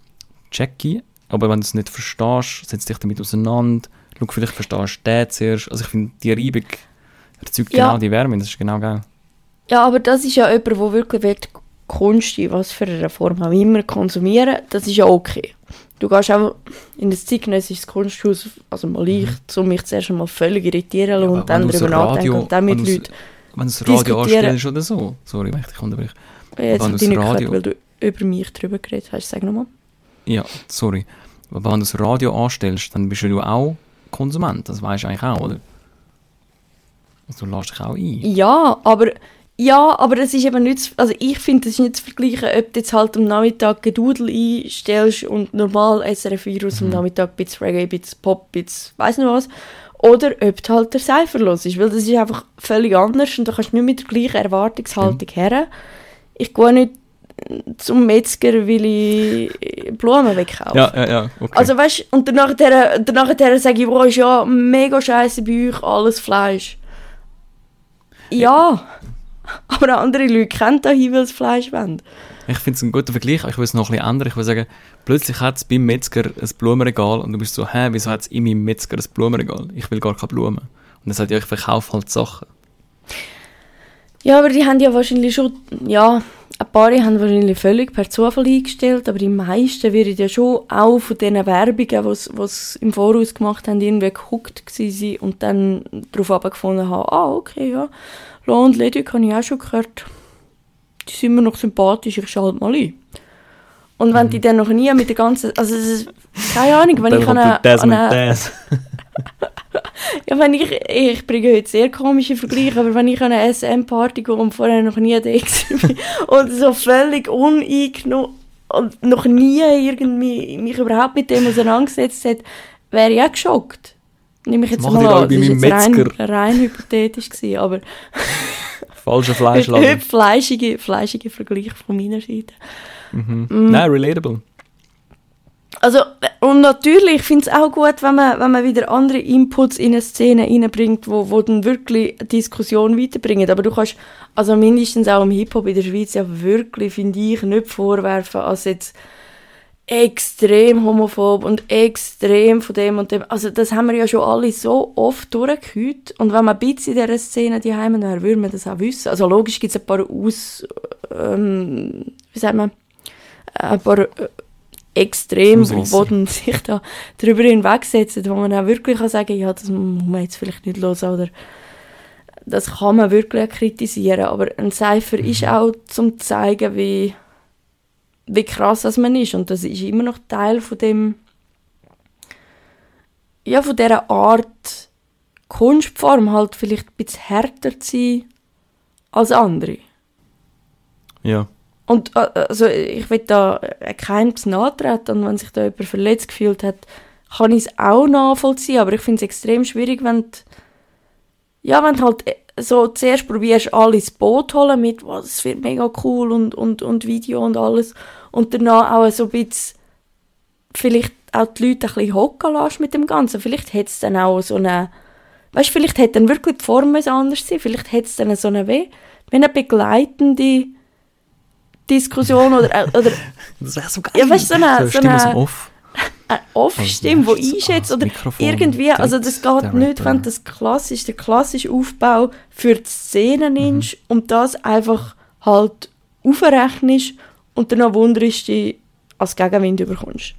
checke, aber wenn du es nicht verstehst, setz dich damit auseinander, schau, vielleicht verstehst du den zuerst. Also ich finde, die Reibung erzeugt
Ja.
genau die Wärme, das ist genau geil.
Ja, aber das ist ja jemand, der wirklich will, Kunst in was für einer Form auch immer konsumieren, das ist ja okay. Du gehst auch in ein zeitgenössisches Kunsthaus, also mal ich, um mich zuerst einmal völlig irritieren
Ja,
und
aber
dann
wenn du
darüber
das
nachdenken
Radio-
und dann mit
wenn du
Leuten.
das- Wenn du das Radio
diskutieren.
anstellst oder so, sorry, wenn ich dich unterbreche.
Jetzt
wenn
habe
du
ich nicht
das
gehört,
Radio-
weil du über mich drüber geredet hast. Sag nochmal.
Ja, sorry. Aber wenn du das Radio anstellst, dann bist du auch Konsument, das weisst du eigentlich auch, oder? Also du lässt dich auch ein.
Ja, aber ja, aber das ist eben nicht, zu- also ich finde, das ist nicht zu vergleichen, ob du jetzt halt am Nachmittag Gedudel einstellst und normal S R F vier aus am
Mhm.
Nachmittag ein bisschen Reggae, ein bisschen Pop, ein bisschen weiss nicht was, oder ob du halt der Cypher los ist, weil das ist einfach völlig anders und du kannst nicht mit der gleichen Erwartungshaltung her. Ich gehe nicht zum Metzger, weil ich Blumen wegkaufe.
Ja, ja, ja, okay.
Also weißt, und danach, der, danach der sage ich, wow, ist ja mega scheiße bei euch, alles Fleisch. Ja, aber andere Leute kennen da hin, weil sie Fleisch wollen.
ich finde es ein guter Vergleich, ich will es noch ein bisschen ändern. Ich will sagen, plötzlich hat es beim Metzger ein Blumenregal und du bist so, hä, wieso hat es in meinem Metzger ein Blumenregal? Ich will gar keine Blumen. Und er sagt, ja, ich verkaufe halt Sachen.
Ja, aber die haben ja wahrscheinlich schon, ja, ein paar haben wahrscheinlich völlig per Zufall eingestellt, aber die meisten werden ja schon auch von diesen Werbungen, die sie im Voraus gemacht haben, irgendwie gehuckt gewesen sein und dann darauf abgefunden haben, ah, okay, ja, Lo und Ledig habe ich auch schon gehört, die sind mir noch sympathisch, ich schalte mal ein. Und wenn die dann noch nie mit der ganzen, also es ist, keine Ahnung, wenn ich an eine, an eine ja, wenn ich, ich bringe heute sehr komische Vergleiche, aber wenn ich an eine S M-Party gehe und vorher noch nie da war und so völlig uneingenommen und noch nie irgendwie mich überhaupt mit dem auseinandergesetzt hat, wäre ich auch geschockt. Nehme ich jetzt
Das
mal
machen
an,
die
das
alle
war
bei
jetzt
meinem
rein,
Metzger.
rein hypothetisch gewesen, aber
Falscher
heute,
Fleischladen.
heute fleischige, fleischige Vergleich von meiner Seite.
Mhm. Nein, relatable.
Also, und natürlich, ich finde es auch gut, wenn man, wenn man wieder andere Inputs in eine Szene reinbringt, wo, wo dann wirklich eine Diskussion weiterbringen. Aber du kannst, also mindestens auch im Hip-Hop in der Schweiz ja wirklich, finde ich, nicht vorwerfen, als jetzt extrem homophob und extrem von dem und dem. Also das haben wir ja schon alle so oft durchgehört. Und wenn man ein bisschen in dieser Szene die Heimen wäre, würde man das auch wissen. Also logisch gibt es ein paar Aus... Ähm, wie sagt man? Ein paar... Äh, extrem, wo, wo dann sich da darüber hinwegsetzen, wo man auch wirklich kann sagen, ja, das muss man jetzt vielleicht nicht hören, oder das kann man wirklich auch kritisieren, aber ein Cypher mhm. ist auch zum zeigen, wie, wie krass das man ist, und das ist immer noch Teil von dem, ja, von dieser Art Kunstform, halt vielleicht ein bisschen härter zu sein als andere.
Ja.
Und also ich will da keinem zu nahe treten, und wenn sich da jemand verletzt gefühlt hat, kann ich es auch nachvollziehen, aber ich finde es extrem schwierig, wenn du, ja, wenn du halt so zuerst probierst, alle ins Boot holen mit, was, es wird mega cool und, und, und Video und alles, und danach auch so ein bisschen vielleicht auch die Leute ein bisschen hocken lässt mit dem Ganzen. Vielleicht hätte es dann auch so eine, weißt du, vielleicht hätte dann wirklich die Form anders sein, vielleicht hätte es dann so eine, wie eine begleitende Diskussion oder, oder
das wäre so geil.
ja, weißt, so eine, so eine,
eine Off.
eine Off-Stimme,
Also,
die einschätzt
ah, das
oder
Mikrofon
irgendwie, also das geht
der
nicht,
Rapper.
wenn das klassisch, der klassische Aufbau für die Szene nimmst
Mhm.
und das einfach halt aufrechnest und dann wunderst du, als Gegenwind überkommst.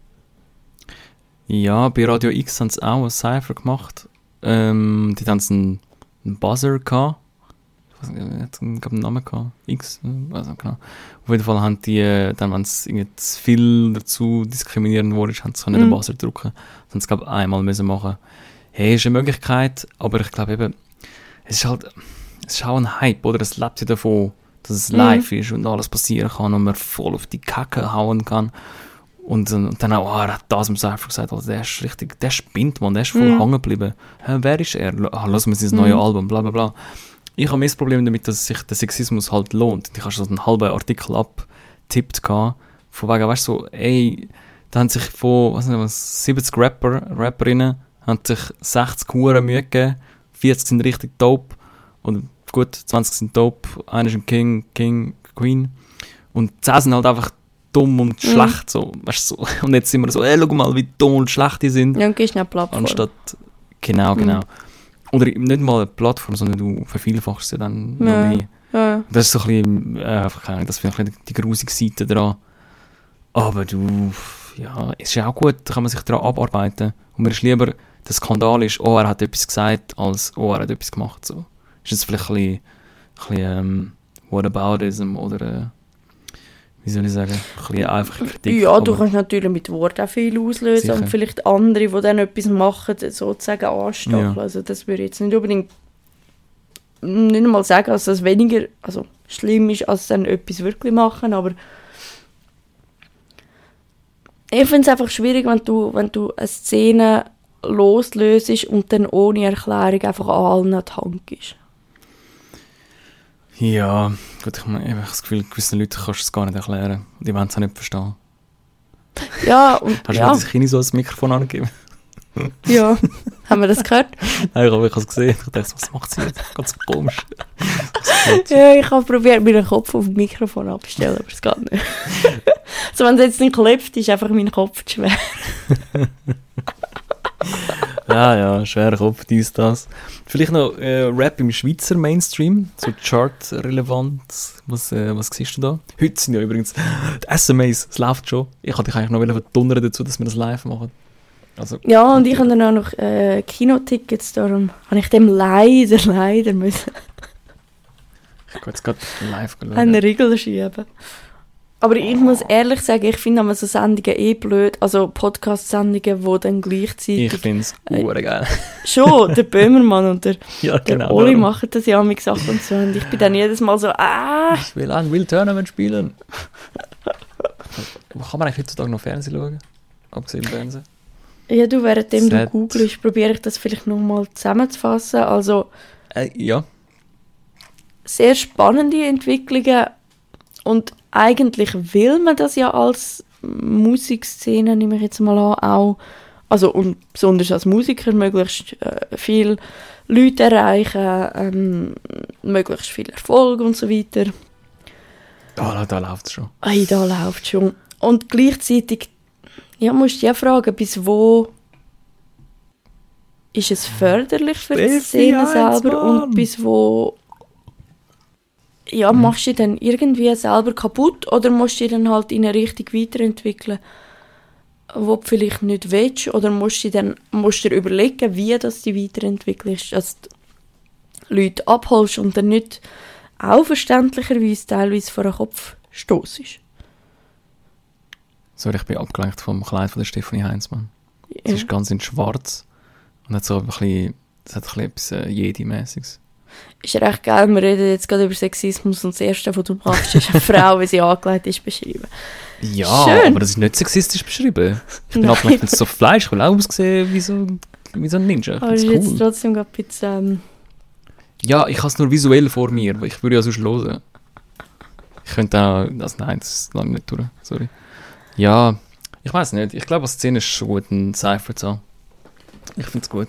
Ja, bei Radio X haben sie auch einen Cypher gemacht. Ähm, die hatten einen, einen Buzzer gehabt. Ich weiß nicht, hat einen Namen gehabt. X, äh, weiß nicht genau. Auf jeden Fall haben die, äh, dann, wenn es irgendwie zu viel dazu diskriminierend wurde, haben sie
Mhm.
den Buzzer drücken. Das haben sie, glaube ich, einmal müssen machen. Hey, ist eine Möglichkeit, aber ich glaube eben, es ist halt, es ist auch ein Hype, oder? Es lebt ja davon, dass es
Mhm.
live ist und alles passieren kann und man voll auf die Kacke hauen kann. Und, und dann auch, ah, er hat das im Cypher gesagt, also der ist richtig, der spinnt, man, der ist voll
Mhm.
hängen geblieben. Hä, wer ist er? Ah, lass mir sein neues
Mhm.
Album, bla bla bla. Ich habe mehr das Problem damit, dass sich der Sexismus halt lohnt. Ich habe schon so einen halben Artikel abgetippt gehabt, von wegen, weißt du, so, ey, da haben sich von, was nicht, was, siebzig Rapper, Rapperinnen, haben sich sechzig Huren Mühe gegeben, vierzig sind richtig dope, und gut, zwanzig sind dope, einer ist ein King, King, Queen, und zehn sind halt einfach dumm und mhm. schlecht. So, weißt, so. Und jetzt sind wir so, ey, schau mal, wie dumm und schlecht die sind.
Ja, und gehst nicht Plattform.
Anstatt, genau, genau. Mhm. Oder nicht mal eine Plattform, sondern du vervielfachst sie dann ja. noch mehr. Ja. Das ist so ein bisschen, äh, das finde ich die grusige Seite dran. Aber du, ja, es ist ja auch gut, da kann man sich daran abarbeiten. Und mir ist lieber, der Skandal ist, oh, er hat etwas gesagt, als, oh, er hat etwas gemacht. So. Ist jetzt vielleicht ein bisschen, ein bisschen ähm, Whataboutism oder, äh, wie soll ich sagen, ein bisschen einfache Kritik.
Ja, du kannst natürlich mit Worten auch viel auslösen sicher. Und vielleicht andere, die dann etwas machen, sozusagen anstacheln. Ja. Also das würde ich jetzt nicht unbedingt nicht einmal sagen, dass das weniger also schlimm ist, als dann etwas wirklich machen, aber ich finde es einfach schwierig, wenn du, wenn du eine Szene loslöst und dann ohne Erklärung einfach an allen an die Hand gibst.
Ja, gut, ich, meine, ich habe das Gefühl, gewissen Leuten kannst du es gar nicht erklären. Die wollen es auch nicht verstehen.
Ja, und
hast
ja.
du das Kind so als Mikrofon angegeben?
Ja, haben wir das gehört?
Nein, ich habe es gesehen. Ich dachte, was macht sie jetzt? Ganz komisch.
Ja, ich habe probiert, meinen Kopf auf das Mikrofon abzustellen, aber es geht nicht. So, wenn es jetzt nicht klopft, ist einfach mein Kopf zu schwer.
Ja, ja, schwerer Kopf, dies, das. Vielleicht noch äh, Rap im Schweizer Mainstream, so Chart-relevant. Was, äh, was siehst du da? Heute sind ja übrigens die S M As, es läuft schon. Ich wollte dich eigentlich noch verdonnern dazu, dass wir das live machen. Also,
ja, und ich habe dann auch noch äh, Kinotickets, darum habe ich dem leider, leider müssen
ich gehe jetzt gerade live schauen.
Einen Riegel schieben. Aber ich muss ehrlich sagen, ich finde so Sendungen eh blöd, also Podcast-Sendungen, die dann gleichzeitig...
Ich finde es äh, geil.
Schon, der Böhmermann und der,
ja, genau,
der Oli darum. Machen das ja mit Sachen und so und ich bin dann jedes Mal so, ah...
Ich will ein Will Tournament spielen. Kann man eigentlich heutzutage noch Fernsehen schauen? Abgesehen vom Fernsehen?
Ja, du, währenddem du googelst, probiere ich das vielleicht nochmal zusammenzufassen. Also...
Äh, ja.
Sehr spannende Entwicklungen und eigentlich will man das ja als Musikszene, nehme ich jetzt mal an, auch, also und besonders als Musiker möglichst äh, viel Leute erreichen, ähm, möglichst viel Erfolg und so weiter.
Da, da läuft es schon.
Ei, da läuft es schon. Und gleichzeitig, ja, musst du ja fragen, bis wo ist es förderlich für die Szene selber und bis wo ja, machst du dich dann irgendwie selber kaputt oder musst du dich dann halt in eine Richtung weiterentwickeln, wo du vielleicht nicht willst, oder musst du dann musst dir überlegen, wie das du dich weiterentwickelst, dass du Leute abholst und dann nicht auch verständlicherweise teilweise vor den Kopf stossest.
Sorry, ich bin abgelenkt vom Kleid von der Stefanie Heinzmann. Ja. Sie ist ganz in schwarz und hat so ein bisschen, das hat ein bisschen etwas äh, Jedi-mäßiges.
Ist recht geil, wir reden jetzt gerade über Sexismus und das Erste, was du machst, ist eine Frau, wie sie angelegt ist, beschrieben.
Ja, schön. Aber das ist nicht sexistisch beschrieben. Ich bin abgelenkt, wenn es so Fleisch, ich will auch aussehen wie so, wie so ein Ninja.
Aber ist cool. Jetzt trotzdem gerade ein bisschen... Ähm
ja, ich habe es nur visuell vor mir, weil ich würde ja sonst hören. Ich könnte auch... Also nein, das ist lange nicht durch, sorry. Ja, ich weiß nicht. Ich glaube, als Szene ist schon gut, einen Cypher zu haben. Ich finde es gut.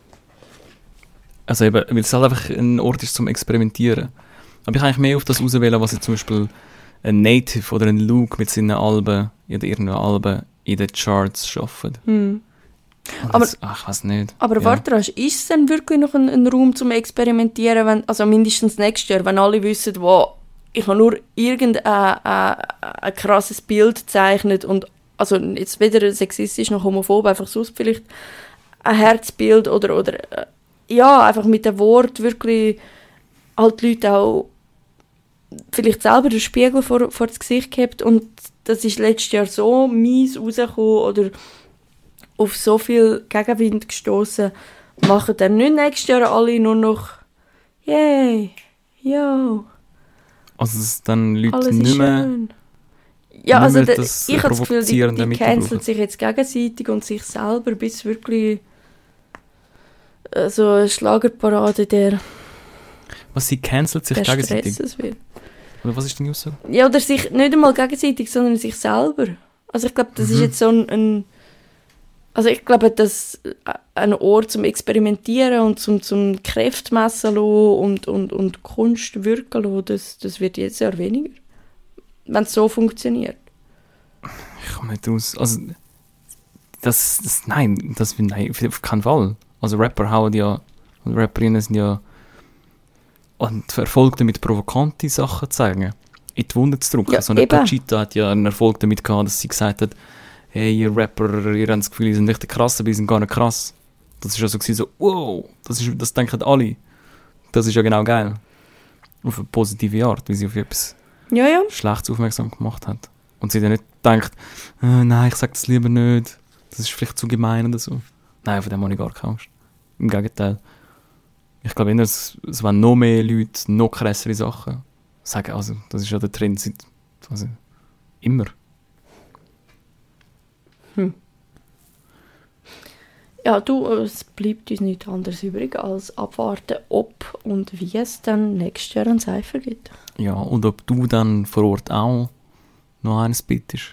Also eben, weil es halt einfach ein Ort ist zum Experimentieren. Aber ich kann eigentlich mehr auf das auswählen, was jetzt zum Beispiel ein Native oder ein Luke mit seinen Alben oder ihren Alben in den Charts schaffen.
Hm.
Aber, das, ach, ich weiß nicht.
Aber ja. Warte, ist es denn wirklich noch ein, ein Raum zum Experimentieren, wenn, also mindestens nächstes Jahr, wenn alle wissen, wow, ich habe nur irgendein ein, ein krasses Bild gezeichnet und also jetzt weder sexistisch noch homophob, einfach sonst vielleicht ein Herzbild oder, oder ja, einfach mit dem Wort wirklich halt die Leute auch vielleicht selber den Spiegel vor, vor das Gesicht gehabt und das ist letztes Jahr so mies rausgekommen oder auf so viel Gegenwind gestoßen, machen dann nicht nächstes Jahr alle nur noch yay, yo.
Also dass dann Leute alles nicht mehr...
Schön. Ja, also
mehr
da,
das
ich habe das Gefühl, die, die canceln
brauchen.
sich jetzt gegenseitig und sich selber, bis wirklich äh, so eine Schlagerparade der
Was, sie cancelt sich
der
gegenseitig?
Stresses wird.
Oder was ist die Aussage?
Ja, oder sich nicht einmal gegenseitig, sondern sich selber. Also ich glaube, das mhm. ist jetzt so ein, ein... Also ich glaube, dass ein Ort zum Experimentieren und zum, zum Kräfte messen lassen und, und, und Kunst wirken lassen, das, das wird jetzt eher weniger. Wenn es so funktioniert.
Ich komme nicht raus. Also, das, das, nein, das, nein, auf keinen Fall. Also Rapper hauen ja, und Rapperinnen sind ja und Erfolg damit, provokante Sachen zu sagen. In die Wunde zu drücken.
Ja,
so eine
eben.
Conchita hat ja einen Erfolg damit gehabt, dass sie gesagt hat, hey, ihr Rapper, ihr habt das Gefühl, ihr seid richtig krass, aber ihr seid gar nicht krass. Das ist ja so gewesen, so, wow, das, ist, das denken alle. Das ist ja genau geil. Auf eine positive Art, wie sie auf etwas
Ja, ja.
Schlechtes aufmerksam gemacht hat. Und sie dann nicht denkt, äh, nein, ich sag das lieber nicht, das ist vielleicht zu gemein oder so. Nein, von dem habe ich gar keine Angst. Im Gegenteil. Ich glaube, es, es werden noch mehr Leute noch krassere Sachen sagen. Also, das ist ja der Trend seit also, immer.
Hm. Ja, du, es bleibt uns nichts anderes übrig, als abwarten, ob und wie es dann nächstes Jahr ein Cypher gibt.
Ja, und ob du dann vor Ort auch noch eines bittest.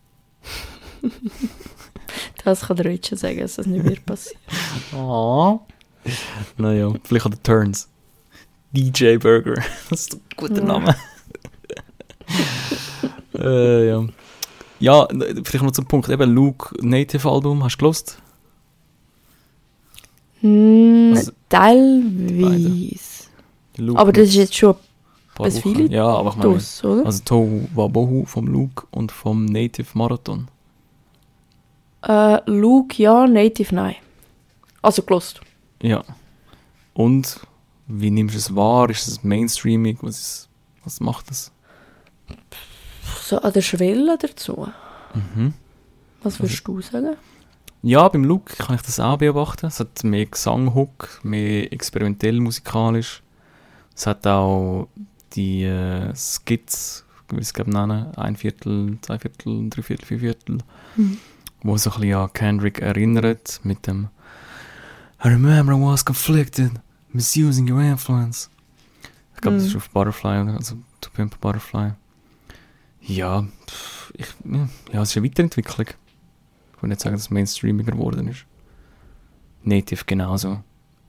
Das kann der heute schon sagen, dass das nicht wird passieren.
Oh. Naja, vielleicht an den Turns. D J Burger. Das ist ein guter
Ja.
Name. äh, ja. Ja, vielleicht noch zum Punkt. Eben, Luke Native Album, hast du gelost?
Hm,
Also,
teilweise.
Luke
Aber das ist jetzt schon
ein paar
ein
Wochen.
viele
Ja, aber ich meine,
draus, oder?
also Tohu Wabohu vom Luke und vom Native Marathon.
Äh, Luke ja, Native nein. Also gelost.
Ja. Und wie nimmst du es wahr? Ist es Mainstreaming? Was, ist, was macht das?
So an der Schwelle dazu.
Mhm.
Was würdest du sagen?
Ja, beim Look kann ich das auch beobachten. Es hat mehr Gesanghook, mehr experimentell musikalisch. Es hat auch die äh, Skits, wie ich es glaube nennen, ein Viertel, zwei Viertel, drei Viertel, vier Viertel,
Mhm.
wo so ein bisschen an Kendrick erinnert mit dem I remember I was conflicted, misusing your influence. Ich glaube,
Mhm.
das ist auf Butterfly, oder? Also To Pimp a Butterfly. Ja, pff, ich, ja, ja, es ist eine Weiterentwicklung. Ich will nicht sagen, dass es mainstreamiger geworden ist. Native genauso.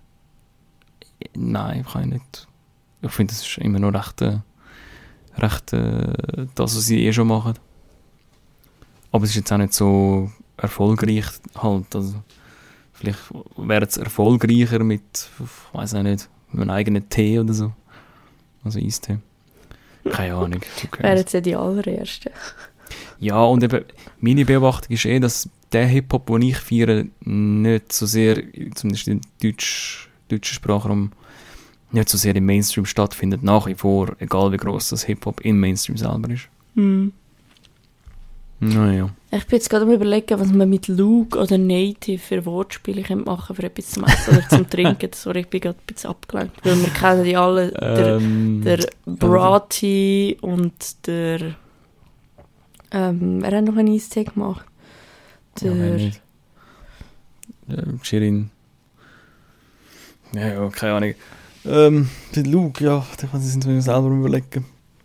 Nein, kann ich nicht. Ich finde, das ist immer noch recht, äh, recht äh, das, was sie eh schon machen. Aber es ist jetzt auch nicht so erfolgreich halt. Also, vielleicht wäre es erfolgreicher mit, ich weiß auch nicht, mit einem eigenen Tee oder so. Also Eistee. Keine Ahnung. who cares?
Wären jetzt ja die allerersten.
Ja, und eben, meine Beobachtung ist eh, dass der Hip-Hop, den ich feiere, nicht so sehr, zumindest im Deutsch, deutschen Sprachraum, nicht so sehr im Mainstream stattfindet, nach wie vor, egal wie gross das Hip-Hop im Mainstream selber ist.
Hm.
Naja.
Ich bin jetzt gerade am überlegen, was man mit Luke oder Native für Wortspiele könnte machen für etwas zum Essen oder zum Trinken. Sorry, ich bin gerade ein bisschen abgelenkt, weil wir kennen die alle, der,
Ähm,
der Brati und der ähm, wer hat noch einen Eistee gemacht?
ja,
Der,
wer nicht. Ähm, Shirin. Ja, ja, keine Ahnung. Ähm, der Luke, ja, da kann ich mir selber überlegen.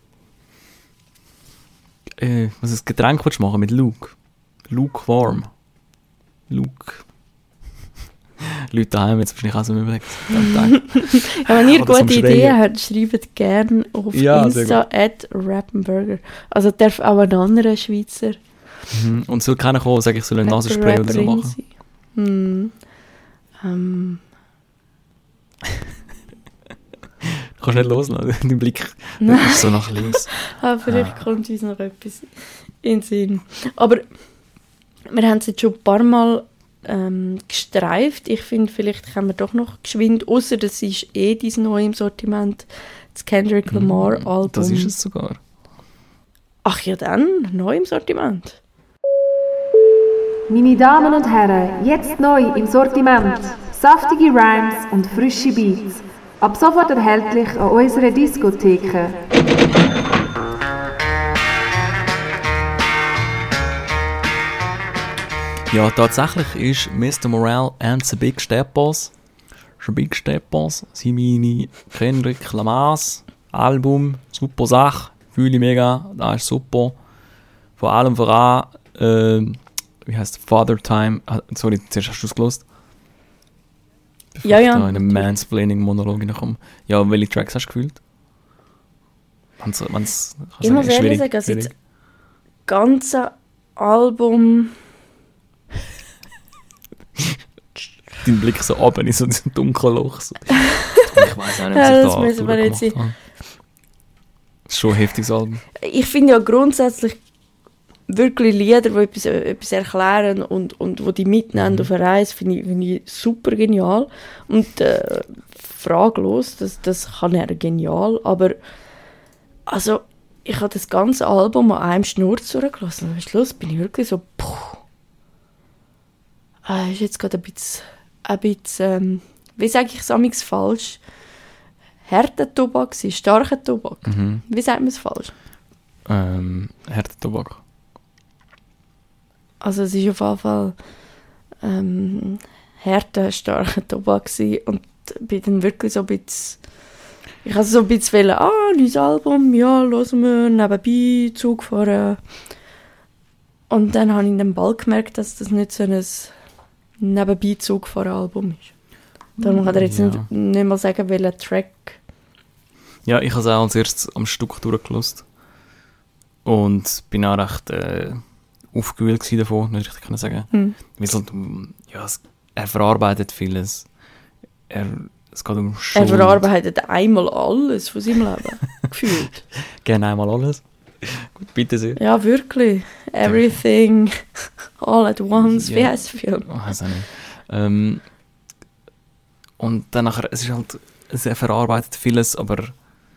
Äh, was ist das Getränk willst du machen mit Luke? Luke warm. Luke. Leute daheim jetzt wahrscheinlich auch so überlegt.
ja, wenn ihr
Oder zum
gute
Schreien.
Ideen habt, schreibt gerne auf
Ja, sehr
Insta at Rappenburger. Also darf auch ein anderer Schweizer
Mhm. Und soll keiner kommen, sage ich, soll ein Nasenspray oder so
Rapperin
machen.
sein. Hm. Ähm,
Du kannst nicht loslassen, dein Blick der ist so nach links.
ah, vielleicht kommt uns noch etwas in den Sinn. Aber wir haben es jetzt schon ein paar Mal ähm, gestreift. Ich finde, vielleicht können wir doch noch geschwind, außer das ist eh dein Neu im Sortiment, das Kendrick Lamar
Mhm,
Album.
Das ist es sogar.
Ach ja, dann, neu im Sortiment.
Meine Damen und Herren, jetzt neu im Sortiment. Saftige Rhymes und frische Beats. Ab sofort erhältlich an unserer Diskotheke.
Ja, tatsächlich ist Mister Morale and the Big Step Boss, the Big Step Boss, sind meine Kendrick Lamar's Album, super Sache, fühle ich mega, das ist super. Vor allem voran, äh, wie heißt Father Time, ah, sorry, zuerst hast du es gelost? Bevor
Ja,
ich
ja.
da in einen Mansplaining-Monolog hineinkomme. Ja, welche Tracks hast du gefühlt? Wenn's, wenn's,
Ich muss ehrlich sagen, also jetzt ganz Album...
Dein Blick so runter in so ein dunkles Loch. So. Ich weiss auch nicht, was
Ja,
ich
das
da
müssen wir nicht
durchgemacht habe. Das ist schon ein heftiges Album.
Ich finde ja grundsätzlich wirklich Lieder, die etwas, etwas erklären und, und wo die mitnehmen
Mhm.
auf eine Reise, finde ich, finde ich super genial. Und äh, fraglos, das, das kann er genial. Aber also, ich habe das ganze Album an einem Schnurz durchgelassen. Und am Schluss bin ich wirklich so, puh. Ah, ist jetzt gerade ein bisschen, ein bisschen ähm, wie sage ich es amigs falsch? Harter Tobak, starker Tobak.
Mhm.
Wie sagt man es falsch?
Ähm, harter Tobak.
Also es war auf jeden Fall ähm, harter, starker Tobak gewesen. Und bin dann wirklich so ein bisschen... Ich hatte so ein bisschen wollen, ah, neues Album, ja, hören wir, nebenbei, Zug fahren. Und dann habe ich dann bald gemerkt, dass das nicht so ein nebenbei Zug fahren Album ist. Darum kann er jetzt
Ja.
nicht, nicht mal sagen, welcher Track.
Ja, ich habe es auch als erstes am Stück durchgelost. Und bin auch recht äh, aufgewühlt gewesen davon, nicht richtig können sagen.
Hm.
Weil es halt, um- ja, es, er verarbeitet vieles. Er, es geht um
Er
Schuld.
verarbeitet einmal alles von seinem Leben. Gefühlt.
Gerne einmal alles. Gut, bitte sehr.
Ja, wirklich. Everything, all at once.
Ja.
Wie heisst der Film?
Ich weiß auch nicht. Ähm, und dann nachher, es ist halt, es, er verarbeitet vieles, aber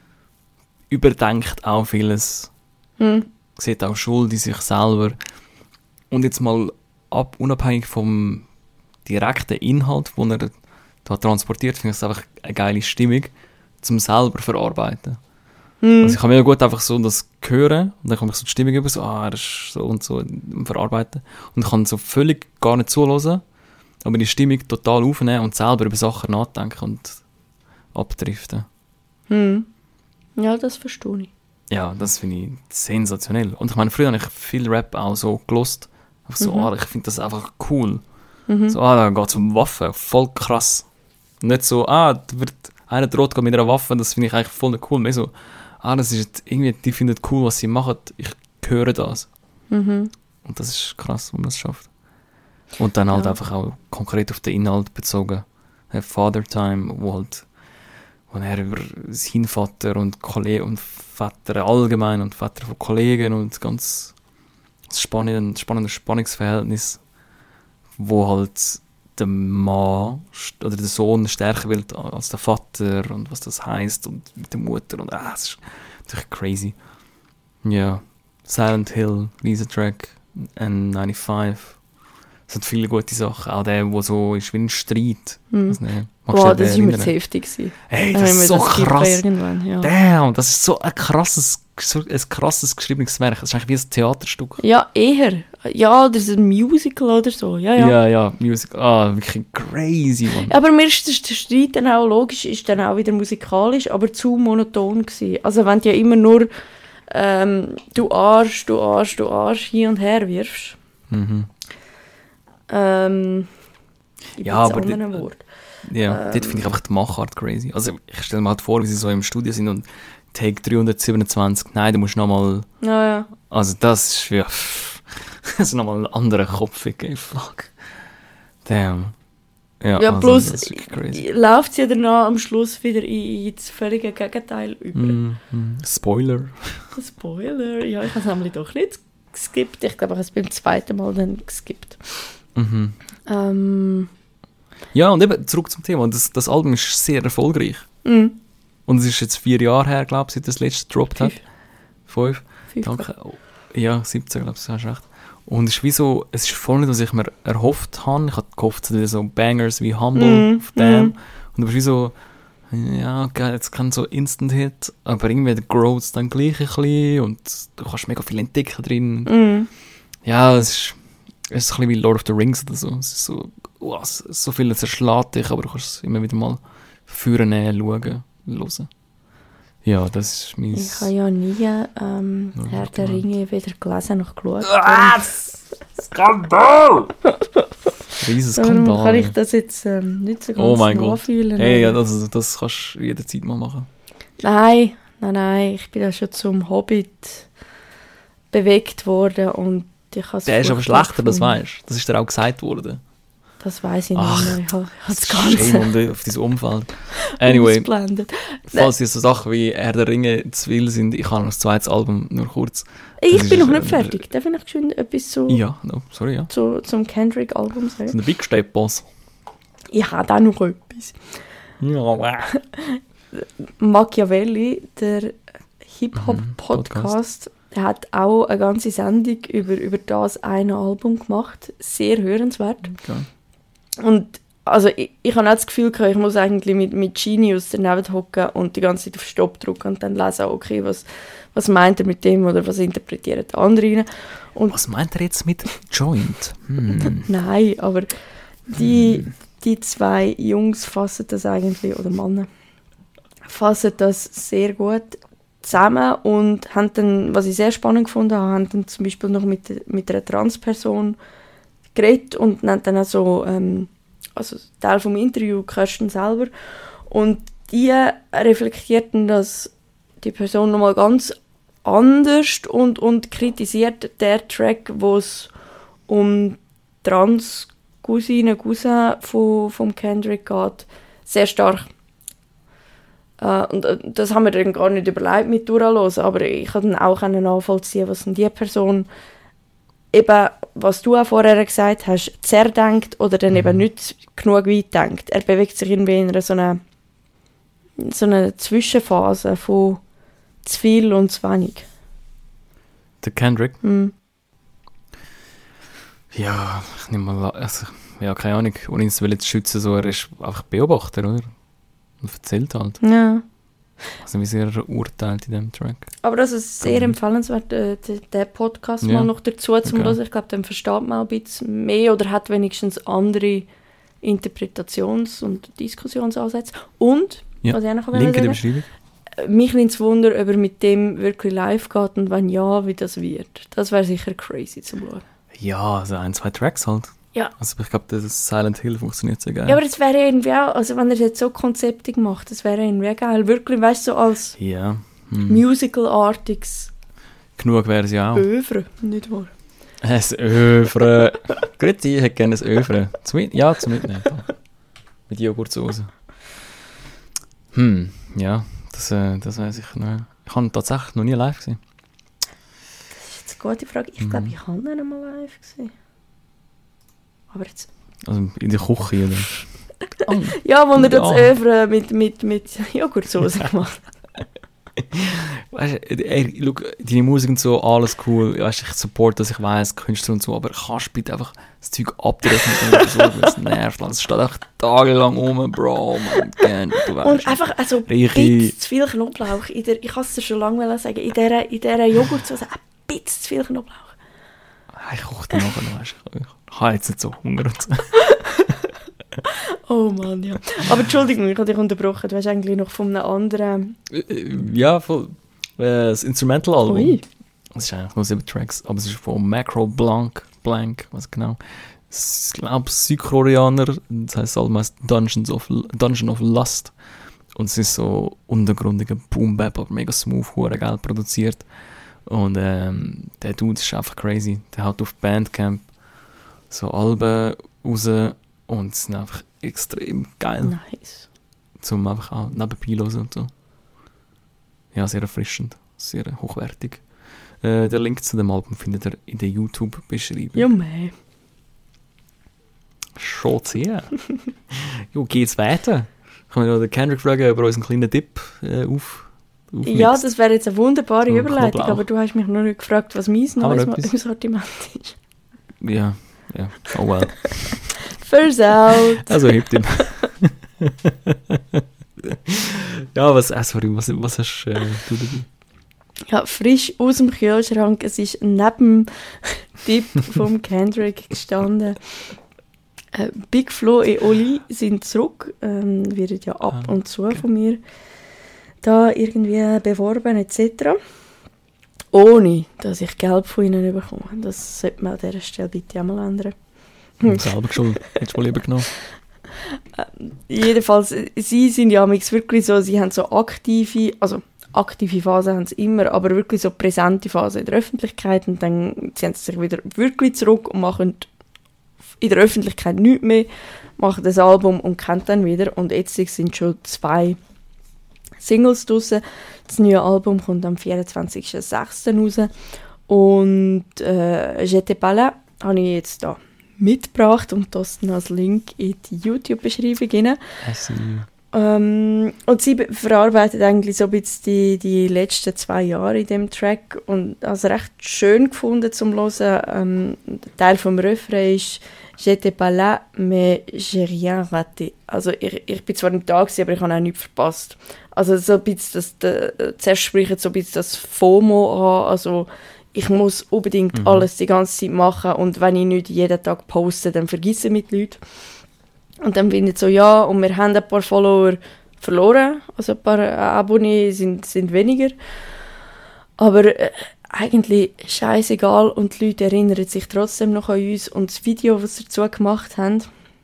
überdenkt auch vieles.
Hm.
Sieht auch Schuld in sich selber. Und jetzt mal ab, unabhängig vom direkten Inhalt, den er da transportiert, finde ich es einfach eine geile Stimmung, zum selber verarbeiten.
Hm.
Also ich kann mir ja gut einfach so das hören und dann komme ich so die Stimmung über, so, ah, er ist so und so im Verarbeiten. Und ich kann so völlig gar nicht zuhören, aber die Stimmung total aufnehmen und selber über Sachen nachdenken und abdriften.
Hm. Ja, das verstehe ich.
Ja, das finde ich sensationell. Und ich meine, früher habe ich viel Rap auch so gelost. Einfach so,
Mhm.
ah, ich finde das einfach cool.
Mhm.
So, ah, da geht es um Waffen, voll krass. Nicht so, ah, da wird einer droht gerade mit einer Waffe, das finde ich eigentlich voll cool. Mehr so, ah, das ist jetzt irgendwie, die finden cool, was sie machen, ich höre das.
Mhm.
Und das ist krass, wenn man das schafft. Und dann halt
Ja.
einfach auch konkret auf den Inhalt bezogen. Äh, Father Time, wo halt, wo er über seinen Vater und Kollegen und Väter allgemein und Väter von Kollegen und ganz spannendes, spannendes Spannungsverhältnis, wo halt der Mann st- oder der Sohn stärker wird als der Vater und was das heisst und mit der Mutter und ah, das ist natürlich crazy. Ja, Silent Hill, dieser Track, N fünfundneunzig. Es hat viele gute Sachen. Auch der, der so ist wie ein Streit.
Hm.
Weiß nicht. Magst du
Boah,
dich
das war mir
erinnern?
zu heftig. gewesen.
Hey,
Dann
das
haben
ist
wir
so
skippen
krass.
Irgendwann, ja.
Damn, das ist so ein krasses, so ein krasses geschriebenes Werk. Das ist eigentlich wie ein Theaterstück.
Ja, eher. Ja, das ist ein Musical oder so. Ja, ja.
Ja, ja, Music. Ah, wirklich crazy, Mann.
Aber mir ist der Streit dann auch logisch, ist dann auch wieder musikalisch, aber zu monoton gewesen. Also wenn du ja immer nur ähm, du Arsch, du Arsch, du Arsch hin und her wirfst.
Mhm.
Ähm, ich
Ja,
bin
aber
jetzt
die-
anderen Wort.
Ja,
Ähm.
dort finde ich einfach die Machart crazy. Also ich stelle mir halt vor, wie sie so im Studio sind und Take dreihundertsiebenundzwanzig, nein, du musst nochmal...
Ja, ja.
Also das ist ja... Das ist nochmal ein anderer Kopf, okay, fuck. Damn. Ja,
Ja,
also,
plus
das ist wirklich crazy.
läuft sie dann am Schluss wieder in, in das völlige Gegenteil über.
Mm, mm. Spoiler.
Spoiler, ja, ich habe es nämlich doch nicht geskippt. Ich glaube, ich habe es beim zweiten Mal dann geskippt.
Mhm.
Ähm,
Ja, und eben zurück zum Thema. Das, das Album ist sehr erfolgreich.
mh,
Und es ist jetzt vier Jahre her, glaube ich, seit das letzte gedroppt hat.
Fünf.
Fünf.
fünf.
Danke. Oh, ja, siebzehn, glaube ich, du hast recht. Und es ist wie so, es ist voll nicht, was ich mir erhofft habe. Ich hatte gehofft, es sind so Bangers wie Humble,
Mm,
Damn.
mm.
Und du bist wie so, ja, geil, jetzt kann so Instant-Hit, aber irgendwie growt es dann gleich ein bisschen und du kannst mega viel entdecken drin.
Mm.
Ja, es ist, es ist ein bisschen wie Lord of the Rings oder so. Es ist so, wow, es- so viel zerschlägt dich, aber du kannst es immer wieder mal führen, schauen, hören. Ja, das ist mein...
Ich habe ja nie ähm,
Ja,
Herr der
gemeint.
Ringe weder gelesen noch geschaut.
Riesen
Darum
Skandal.
kann ich das jetzt ähm, nicht so ganz
Oh mein Gott.
nachfühlen.
Hey, ja, das, das kannst du jederzeit mal machen.
Nein, nein, nein. Ich bin ja schon zum Hobbit bewegt worden und Ich has
Der ist aber
furchtbar
schlechter, das
gefunden.
weißt du. Das ist dir auch gesagt worden.
Das weiss ich
Ach,
nicht mehr. Ich habe das Ganze
Shame um die, auf dein Umfeld. Anyway,
ausblendet.
falls dir so Sachen wie Herr der Ringe zu viel sind, ich habe noch das zweite Album, nur kurz.
Ich
Das
bin
ist,
noch nicht
äh,
fertig. Darf ich noch geschwind etwas zu,
Ja, no, sorry, ja.
zu, zum Kendrick-Album
Das
sagen?
sind Big Step Boss.
Ich habe auch noch etwas.
Ja,
Machiavelli, der Hip-Hop-Podcast, der hat auch eine ganze Sendung über, über das eine Album gemacht. Sehr hörenswert.
okay.
Und also ich, ich habe auch das Gefühl gehabt, ich muss eigentlich mit, mit Genius daneben hocken und die ganze Zeit auf Stopp drücken und dann lesen, okay, was, was meint er mit dem oder was interpretieren die anderen rein. Und
Was meint er jetzt mit Joint? Hm.
nein, aber die, die zwei Jungs fassen das eigentlich, oder Männer, fassen das sehr gut zusammen und haben dann, was ich sehr spannend gefunden habe, haben dann zum Beispiel noch mit, mit einer Transperson geredet und haben dann auch so, ähm, also Teil vom Interview, Kirsten selber, und die reflektierten das, die Person nochmal ganz anders und, und kritisiert der Track, wo es um Trans-Cousine, Cousin von, vom Kendrick geht, sehr stark. Äh, und äh, das haben wir dann gar nicht überlegt mit durchhören, aber ich konnte dann auch nachvollziehen, was denn die Person eben, was du auch vorher gesagt hast, zerdenkt oder dann eben nicht genug weit denkt. Er bewegt sich irgendwie in einer so einer, so einer Zwischenphase von zu viel und zu wenig.
Der Kendrick?
Hm.
Ja, ich nehme mal, also, ja, keine Ahnung, ohne ihn zu wollen zu schützen, so, er ist einfach Beobachter, oder? Und erzählt halt.
Ja.
Also wie sehr er urteilt in diesem Track.
Aber das ist sehr
Mhm.
empfehlenswert, äh, d- den Podcast
Ja.
mal noch dazu zu
Okay.
hören. Ich glaube, dann versteht man auch ein bisschen mehr oder hat wenigstens andere Interpretations- und Diskussionsansätze. Und,
Ja.
was ich auch noch
Link in der
sagen
Beschreibung.
äh, mich nimmt es Wunder, ob er mit dem wirklich live geht und wenn ja, wie das wird. Das wäre sicher crazy zu schauen.
Ja, also ein, zwei Tracks halt.
Ja.
Also ich glaube, das Silent Hill funktioniert sehr geil.
Ja, aber das wäre irgendwie auch, also wenn er es jetzt so konzeptig macht, das wäre irgendwie geil. Wirklich, weißt du, so als
Ja. Hm.
Musical-artiges
Genug wäre es ja auch.
Övre, nicht wahr?
Ein Övre. Grüezi, ich hätte gerne ein Övre. Zum Mit- ja, zum Mitnehmen. Mit Joghurtsoße. Hm, ja, das, äh, das weiß ich noch. Ich habe ihn tatsächlich noch nie live gesehen.
Das ist jetzt eine gute Frage. Ich glaube, ich habe ihn mal live gesehen. Aber jetzt...
Also in der Küche, oder? Oh.
Ja, wo er das
Ja.
Övre mit, mit, mit Joghurtsoße gemacht hat.
Weißt du, ey, schau, deine Musik und so, alles cool. Weißt, ich support das, ich weiss, Künstler und so, aber kannst du bitte einfach das Zeug abdrücken und so, weil es nervt. Es steht einfach tagelang rum, Bro, oh mein Gott, du weißt.
Und einfach, also, ein
Richi.
bisschen zu viel Knoblauch. In der, ich kann es dir schon lange sagen, in dieser, in dieser Joghurtsoße ein bisschen zu viel Knoblauch.
Ich koche dann nachher noch, weißt du. Ich habe jetzt nicht so Hunger und so.
Oh Mann, ja. Aber Entschuldigung, ich habe dich unterbrochen. Du hast eigentlich noch von einem anderen...
Äh, Ja, voll. Äh, das Instrumental-Album.
Ui.
Das ist eigentlich nur sieben Tracks, aber es ist von Macro Blanc, Blank, was genau. Es ist, glaube ich, Südkoreaner. Das heißt, das Album heißt Dungeons of, Dungeon of Lust. Und es ist so untergrundiger Boom-Bap, aber mega smooth, hure geil produziert. Und ähm, der Dude ist einfach crazy. Der hat auf Bandcamp so Alben raus und es sind einfach extrem geil.
Nice.
Zum einfach auch nebenbei hören und so. Ja, sehr erfrischend, sehr hochwertig. Äh, der Link zu dem Album findet ihr in der YouTube-Beschreibung.
Ja, meh.
Schon sehr. Jo, geht's weiter? Können wir noch den Kendrick fragen, ob er uns einen kleinen Tipp äh, auf, aufmixt?
Ja, das wäre jetzt eine wunderbare
So ein
Überleitung,
Knoblauch.
aber du hast mich noch nicht gefragt, was mein
Haben wir
neues
etwas?
Ma- Sortiment ist.
Ja, ja. Oh well.
First out.
Also hebt ihm. Ja, was, äh, sorry, was, was hast äh, du dabei?
Ja, frisch aus dem Kühlschrank. Es ist neben dem Tipp vom Kendrick gestanden. Äh, Big Flo und Oli sind zurück. Ähm, werden ja ab
Ah,
und zu
okay.
von mir da irgendwie beworben et cetera. Ohne, dass ich Geld von ihnen bekomme. Das sollte man an dieser Stelle bitte auch mal ändern.
Hm. Selber geschuld. Hättest du mal lieber genommen.
Jedenfalls, sie sind ja manchmal wirklich so, sie haben so aktive, also aktive Phase haben sie immer, aber wirklich so präsente Phase in der Öffentlichkeit und dann ziehen sie sich wieder wirklich zurück und machen in der Öffentlichkeit nichts mehr, machen das Album und kennen dann wieder. Und jetzt sind schon zwei Singles draussen. Das neue Album kommt am vierundzwanzigsten sechsten raus. Und äh, «J'étais pas là» habe ich jetzt da mitgebracht und das dann als Link in die YouTube-Beschreibung rein. Ähm, und sie be- verarbeitet eigentlich so ein bisschen die, die letzten zwei Jahre in dem Track und also recht schön gefunden zum Hören. Ähm, der Teil vom Refrain ist «J'étais pas là, mais j'ai rien raté». Also ich, ich bin zwar nicht da gewesen, aber ich habe auch nichts verpasst. Also so ein bisschen das, der, zuerst spricht so ein bisschen das FOMO an, also ich muss unbedingt mhm. alles die ganze Zeit machen und wenn ich nicht jeden Tag poste, dann vergesse ich mit Leuten. Und dann bin ich so, ja, und wir haben ein paar Follower verloren, also ein paar Abonnenten sind, sind weniger. Aber äh, eigentlich scheißegal und die Leute erinnern sich trotzdem noch an uns. Und das Video, das sie dazu gemacht haben,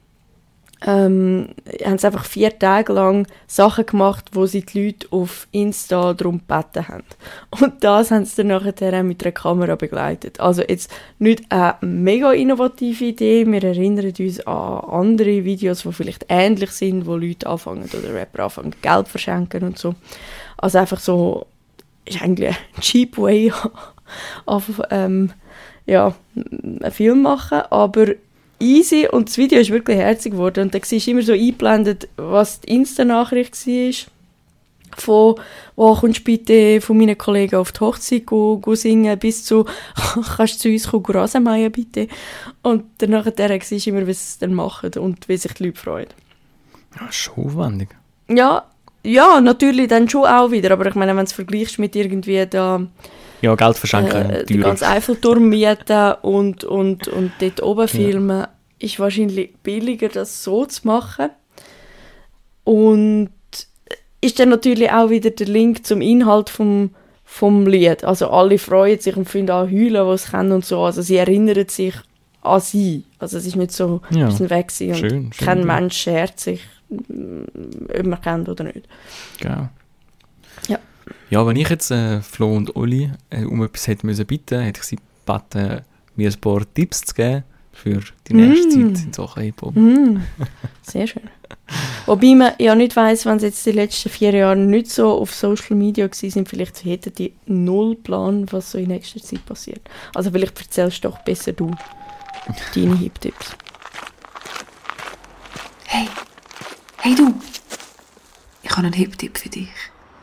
ähm, haben sie einfach vier Tage lang Sachen gemacht, wo sie die Leute auf Insta darum gebeten haben. Und das haben sie dann nachher mit einer Kamera begleitet. Also jetzt nicht eine mega innovative Idee, wir erinnern uns an andere Videos, die vielleicht ähnlich sind, wo Leute anfangen oder Rapper anfangen, Geld verschenken und so. Also einfach so, ist eigentlich ein cheap way, auf ähm, ja, einen Film machen, aber easy und das Video ist wirklich herzig geworden und da war immer so eingeblendet, was die Insta-Nachricht war von «Wo kommst du bitte von meinen Kollegen auf die Hochzeit go, go singen» bis zu «Kannst du zu uns kommen, Rasenmähen bitte?» Und danach war immer, was sie dann machen und wie sich die Leute freuen.
Ja, schon aufwendig.
Ja, ja, natürlich dann schon auch wieder, aber ich meine, wenn du es vergleichst mit irgendwie da
ja, Geld verschenken,
äh, den ganzen Eiffelturm mieten und, und, und dort oben filmen, ja. Ist wahrscheinlich billiger, das so zu machen. Und ist dann natürlich auch wieder der Link zum Inhalt vom, vom Lied. Also alle freuen sich und finden auch heulen, was sie kennen und so. Also sie erinnern sich an sie. Also es ist nicht so,
ja.
wir sind weg gewesen und
schön, schön,
kein
ja.
Mensch schert sich, ob man kennt oder nicht.
Genau.
Ja.
Ja, wenn ich jetzt äh, Flo und Oli äh, um etwas hätte müssen bitten, hätte ich sie gebeten, mir ein paar Tipps zu geben für die nächste mm. Zeit in Sachen Hip-Hop.
Mm. Sehr schön. Wobei man ja nicht weiss, wenn sie jetzt die letzten vier Jahre nicht so auf Social Media waren, vielleicht hätten die null Plan, was so in nächster Zeit passiert. Also vielleicht erzählst du doch besser du deine Hip-Tipps.
Hey, hey du, ich habe einen Hip-Tipp für dich.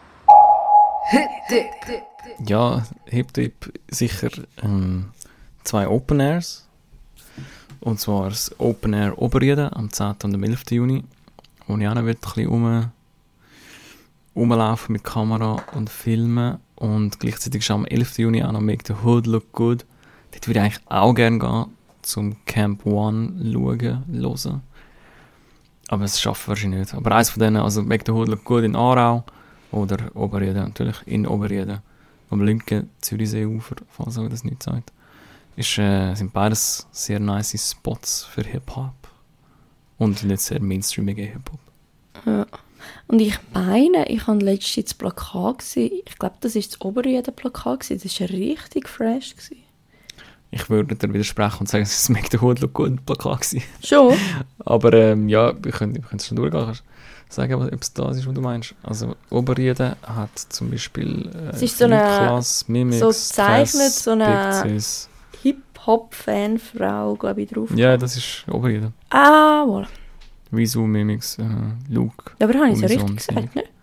Hip-Tipp.
Ja, Hip-Tipp sicher ähm, zwei Open Airs. Und zwar das Open Air Oberrieden am zehnten und am elften Juni, wo ich auch noch ein bisschen rum, rumlaufen mit Kamera und filmen. Und gleichzeitig ist am elften Juni auch noch Make the Hood Look Good. Dort würde ich eigentlich auch gerne gehen, zum Camp One schauen, hören. Aber das schaffe ich wahrscheinlich nicht. Aber eins von denen, also Make the Hood Look Good in Aarau oder Oberrieden, natürlich in Oberrieden, am linken Zürichseeufer, falls euch das nicht sagt. Ist, äh, sind beides sehr nice Spots für Hip-Hop und nicht sehr mainstreamige Hip-Hop.
Ja. Und ich meine, ich habe letztens das Plakat gesehen. Ich glaube, das war das Oberrieden-Plakat. Das war richtig fresh.
Ich würde dir widersprechen und sagen, es war ein Make the Hood Look Good Plakat.
Schon?
Aber ähm, ja, wir können, wir können es schon durchgehen. Kannst sagen, ob es das ist, was du meinst. Also Oberrieden hat zum Beispiel äh,
es ist so eine
Class, Mimics,
so zeichnet,
Tess,
so eine
Pixies.
Hip-Hop-Fan-Frau, glaube ich, drauf.
Ja, das ist Oberrieden.
Ah, voilà.
Wieso Mimics, äh, Luke.
Ja, aber habe ich so
Unison,
richtig gesagt, ne?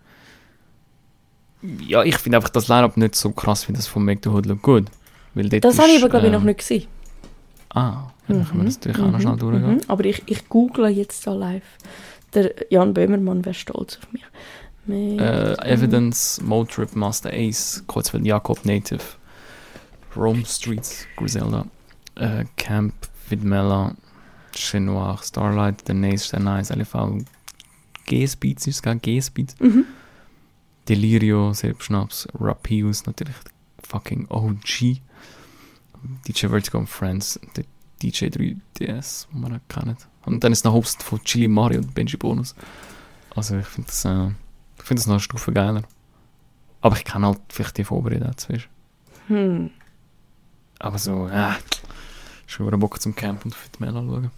Ja, ich finde einfach das Line-Up nicht so krass wie das von Make the Hood Look Good. Weil dort
das habe ich aber, glaube ich,
ähm,
noch nicht gesehen.
Ah, ja, dann können wir das natürlich auch noch schnell durchgehen.
Mhm. Aber ich, ich google jetzt da live. Der Jan Böhmermann wäre stolz auf mich.
Äh, Evidence, Motrip, Master Ace, Kreuzfeld Jakob, Native, Rome Streets, Griselda, äh, Camp, Vidmela, Chez Noir, Starlight, The Nace, The Nice, L V, G-Speeds, ist es gar G-Speeds,
Mhm.
Delirio, Selbstschnaps, Rapius, natürlich fucking O G, D J Vertigo und Friends, der D J drei D S, den man nicht kennt. Und dann ist noch Host von Chili Mario und Benji Bonus. Also ich finde das, äh, ich find das noch eine Stufe geiler. Aber ich kenne halt vielleicht die Vorbereitung dazwischen.
Hm.
Aber so, äh, schon einen Bock zum Camp und für die Mail anschauen.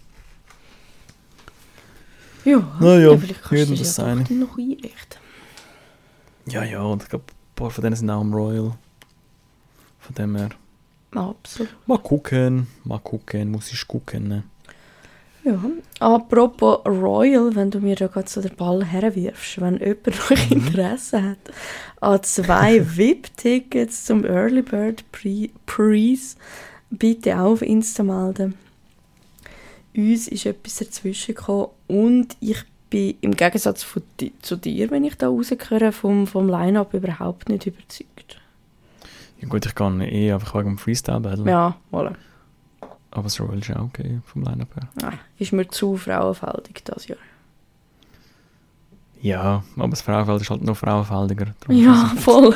Ja,
Na ja,
vielleicht kannst
jedem
du
das
das ja
seine.
doch noch einrichten.
Ja, ja, und ich glaube, ein paar von denen sind auch im Royal. Von dem her.
Absolut.
Mal gucken, mal gucken, muss ich gucken. Ne?
Ja, apropos Royal, wenn du mir da gerade so den Ball herwirfst, wenn jemand noch Interesse hat an zwei V I P-Tickets zum Early Bird Pre- Preis, bitte auch auf Insta melden. Uns ist etwas dazwischen gekommen und ich bin im Gegensatz von di- zu dir, wenn ich da rausgehöre, vom, vom Line-Up überhaupt nicht überzeugt.
Ja gut, ich kann eh einfach wegen dem Freestyle-Battle.
Ja, voilà.
Aber das Royal ist auch okay, vom Line-Up her.
Ah, ist mir zu frauenfältig das Jahr.
Ja, aber das Frauenfeld ist halt noch frauenfeldiger. Darum
Ja,
ist
voll.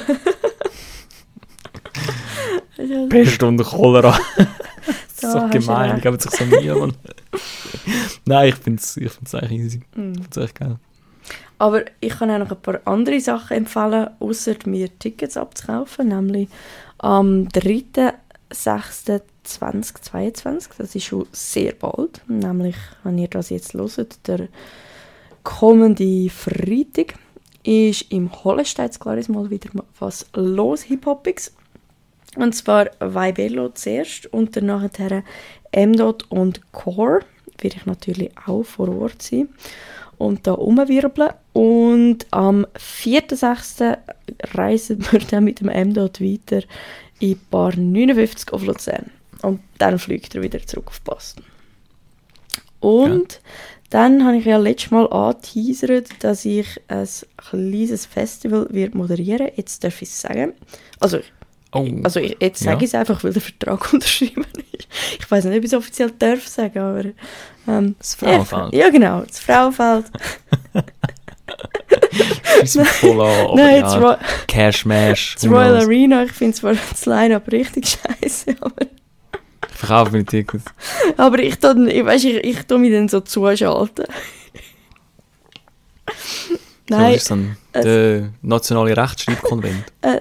es Pest und Cholera.
Da
so
hast du
gemein,
recht.
ich gebe sich so Mühe. Mann. Nein, ich finde es ich find's eigentlich easy.
Mm.
Ich finde es echt geil.
Aber ich kann auch noch ein paar andere Sachen empfehlen, außer mir Tickets abzukaufen, nämlich am dritten sechsten zweitausendzweiundzwanzig, das ist schon sehr bald, nämlich, wenn ihr das jetzt hört, der kommende Freitag, ist im Hollesteins mal wieder was los, Hip-Hopiges. Und zwar Vibello zuerst und dann nachher M-Dot und Core, werde ich natürlich auch vor Ort sein und da rumwirbeln. Und am vierten sechsten reisen wir dann mit dem M-Dot weiter in Bar neunundfünfzig auf Luzern. Und dann fliegt er wieder zurück auf Boston. Und ja. Dann habe ich ja letztes Mal angeteasert, dass ich ein kleines Festival wird moderieren. Jetzt darf ich es sagen. Also,
oh.
also ich, jetzt sage
ja.
ich es einfach, weil der Vertrag unterschrieben ist. Ich weiß nicht, ob ich es offiziell darf sagen, aber... Ähm,
das Frauenfeld.
Ja, genau, das Frauenfeld.
Ist mir voll an, aber
Nein,
ja,
das Ro-
Cash Mash.
das Royal Arena, ich finde zwar das Line-Up richtig scheiße, aber...
Ich verkaufe meine Tickets.
Aber ich tue, ich, weiss, ich, ich tue mich dann so zuschalten. Nein.
So ist dann der nationale Rechtschreibkonvent.
Äh,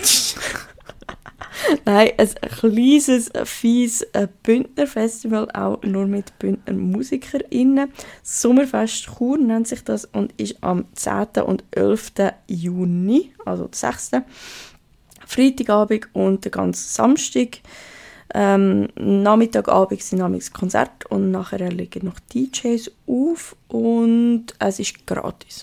Nein, ein kleines, fieses Bündner-Festival, auch nur mit Bündner MusikerInnen. Sommerfest Chur nennt sich das und ist am zehnten und elften Juni, also der sechsten Freitagabend und den ganzen Samstag. Ähm, Nachmittagabend sind nämlich Konzert und nachher legen noch D Js auf und es ist gratis.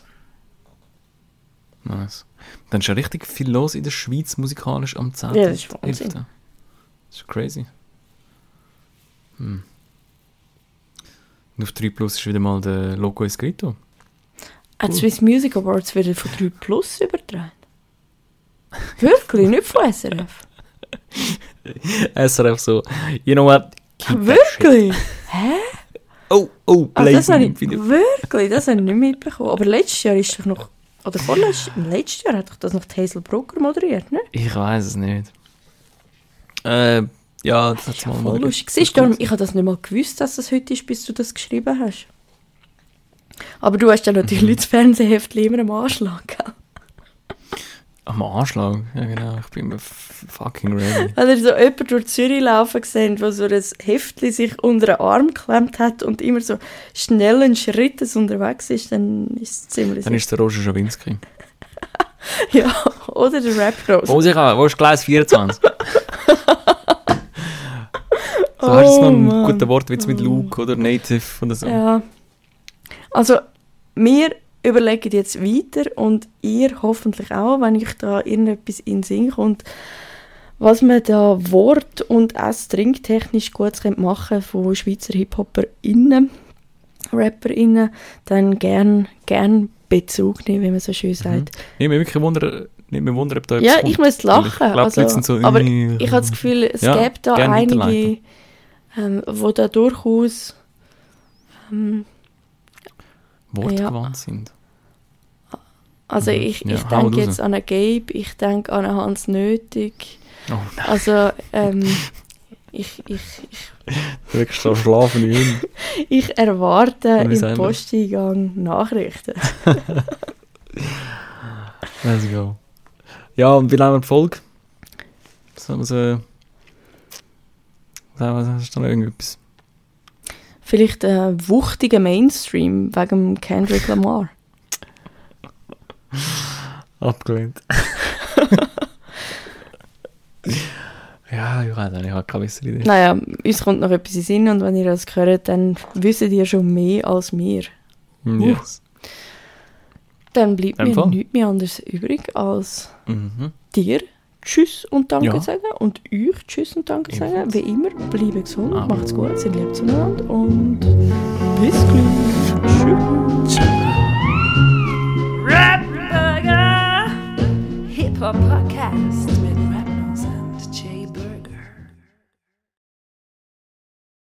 Nice. Dann ist ja richtig viel los in der Schweiz musikalisch am zehnten
Ja, das ist Wahnsinn.
Das ist crazy. Hm. Und auf drei Plus ist wieder mal der Loco Escrito.
Cool. Die Swiss Music Awards werden von drei Plus übertragen. Wirklich, nicht von S R F.
S R F so, you know what? Keep
Wirklich? Hä?
Oh, oh,
Also das habe ich,
Video.
wirklich, das habe ich nicht mitbekommen. Aber letztes Jahr ist doch noch, oder vorletztes, letztes Jahr hat doch das noch die Hazel Brugger moderiert, ne?
Ich weiß es nicht. Äh, ja, das hat
Ja,
mal
voll lustig. Siehst du, ich habe das nicht mal gewusst, dass das heute ist, bis du das geschrieben hast. Aber du hast ja natürlich mhm. das Fernsehheft immer am Anschlag, gell?
Am Anschlag? Ja genau, ich bin f- fucking ready.
Wenn ihr so jemanden durch Zürich laufen gesehen, der so ein Heftchen sich unter den Arm geklemmt hat und immer so schnellen Schrittes unterwegs ist, dann ist es ziemlich
Dann ist es der Roger Schawinski.
ja, oder der Rap-Rose.
Wo ist wo ist Gleis vierundzwanzig? So,
Oh,
hast du jetzt noch einen
Mann.
guten Wortwitz mit Luke oder Native oder so?
Ja. Also, wir überlegen jetzt weiter und ihr hoffentlich auch, wenn euch da irgendetwas in den Sinn kommt, was man da Wort- und Ess-Trinktechnisch gut machen könnte von Schweizer Hip-HopperInnen, RapperInnen, dann gern, gern Bezug nehmen, wie man so schön sagt.
Nicht mehr wirklich wundern, nicht mehr wundern, ob da
Ja,
etwas
ich
kommt.
muss lachen.
Ich glaub,
also,
die Leute sind so,
aber
äh,
ich habe das Gefühl, es
ja,
gibt da
gerne
einige,
weiterleiten.
ähm, wo da durchaus ähm,
Wortgewandt sind.
also
Mhm.
ich,
Ja,
ich
hau
denke
raus.
jetzt an einen Gabe, ich denke an einen Hans Nötig.
Oh nein,
Also ähm, ich, ich, ich,
wirklich so schlafen hin.
ich erwarte
Und wie
im
sagen wir?
Posteingang Nachrichten.
Let's go. Ja, und wie lange die Folge? So, also, was hast du noch irgendetwas?
Vielleicht ein äh, wuchtiger Mainstream wegen Kendrick Lamar.
Abgelehnt. Ja, ich weiß nicht, ich habe keine bessere Idee.
Naja, uns kommt noch etwas in den Sinn und wenn ihr das hört, dann wisst ihr schon mehr als wir.
Yes.
Uh. Dann bleibt
Im
mir
Fall.
nichts mehr anderes übrig, als
Mhm.
dir Tschüss und Danke
Ja.
sagen und euch Tschüss und Danke sagen.
Ebenfalls.
Wie immer, bleibt gesund,
Ah.
macht's gut, seid lieb zueinander und bis gleich. Tschüss.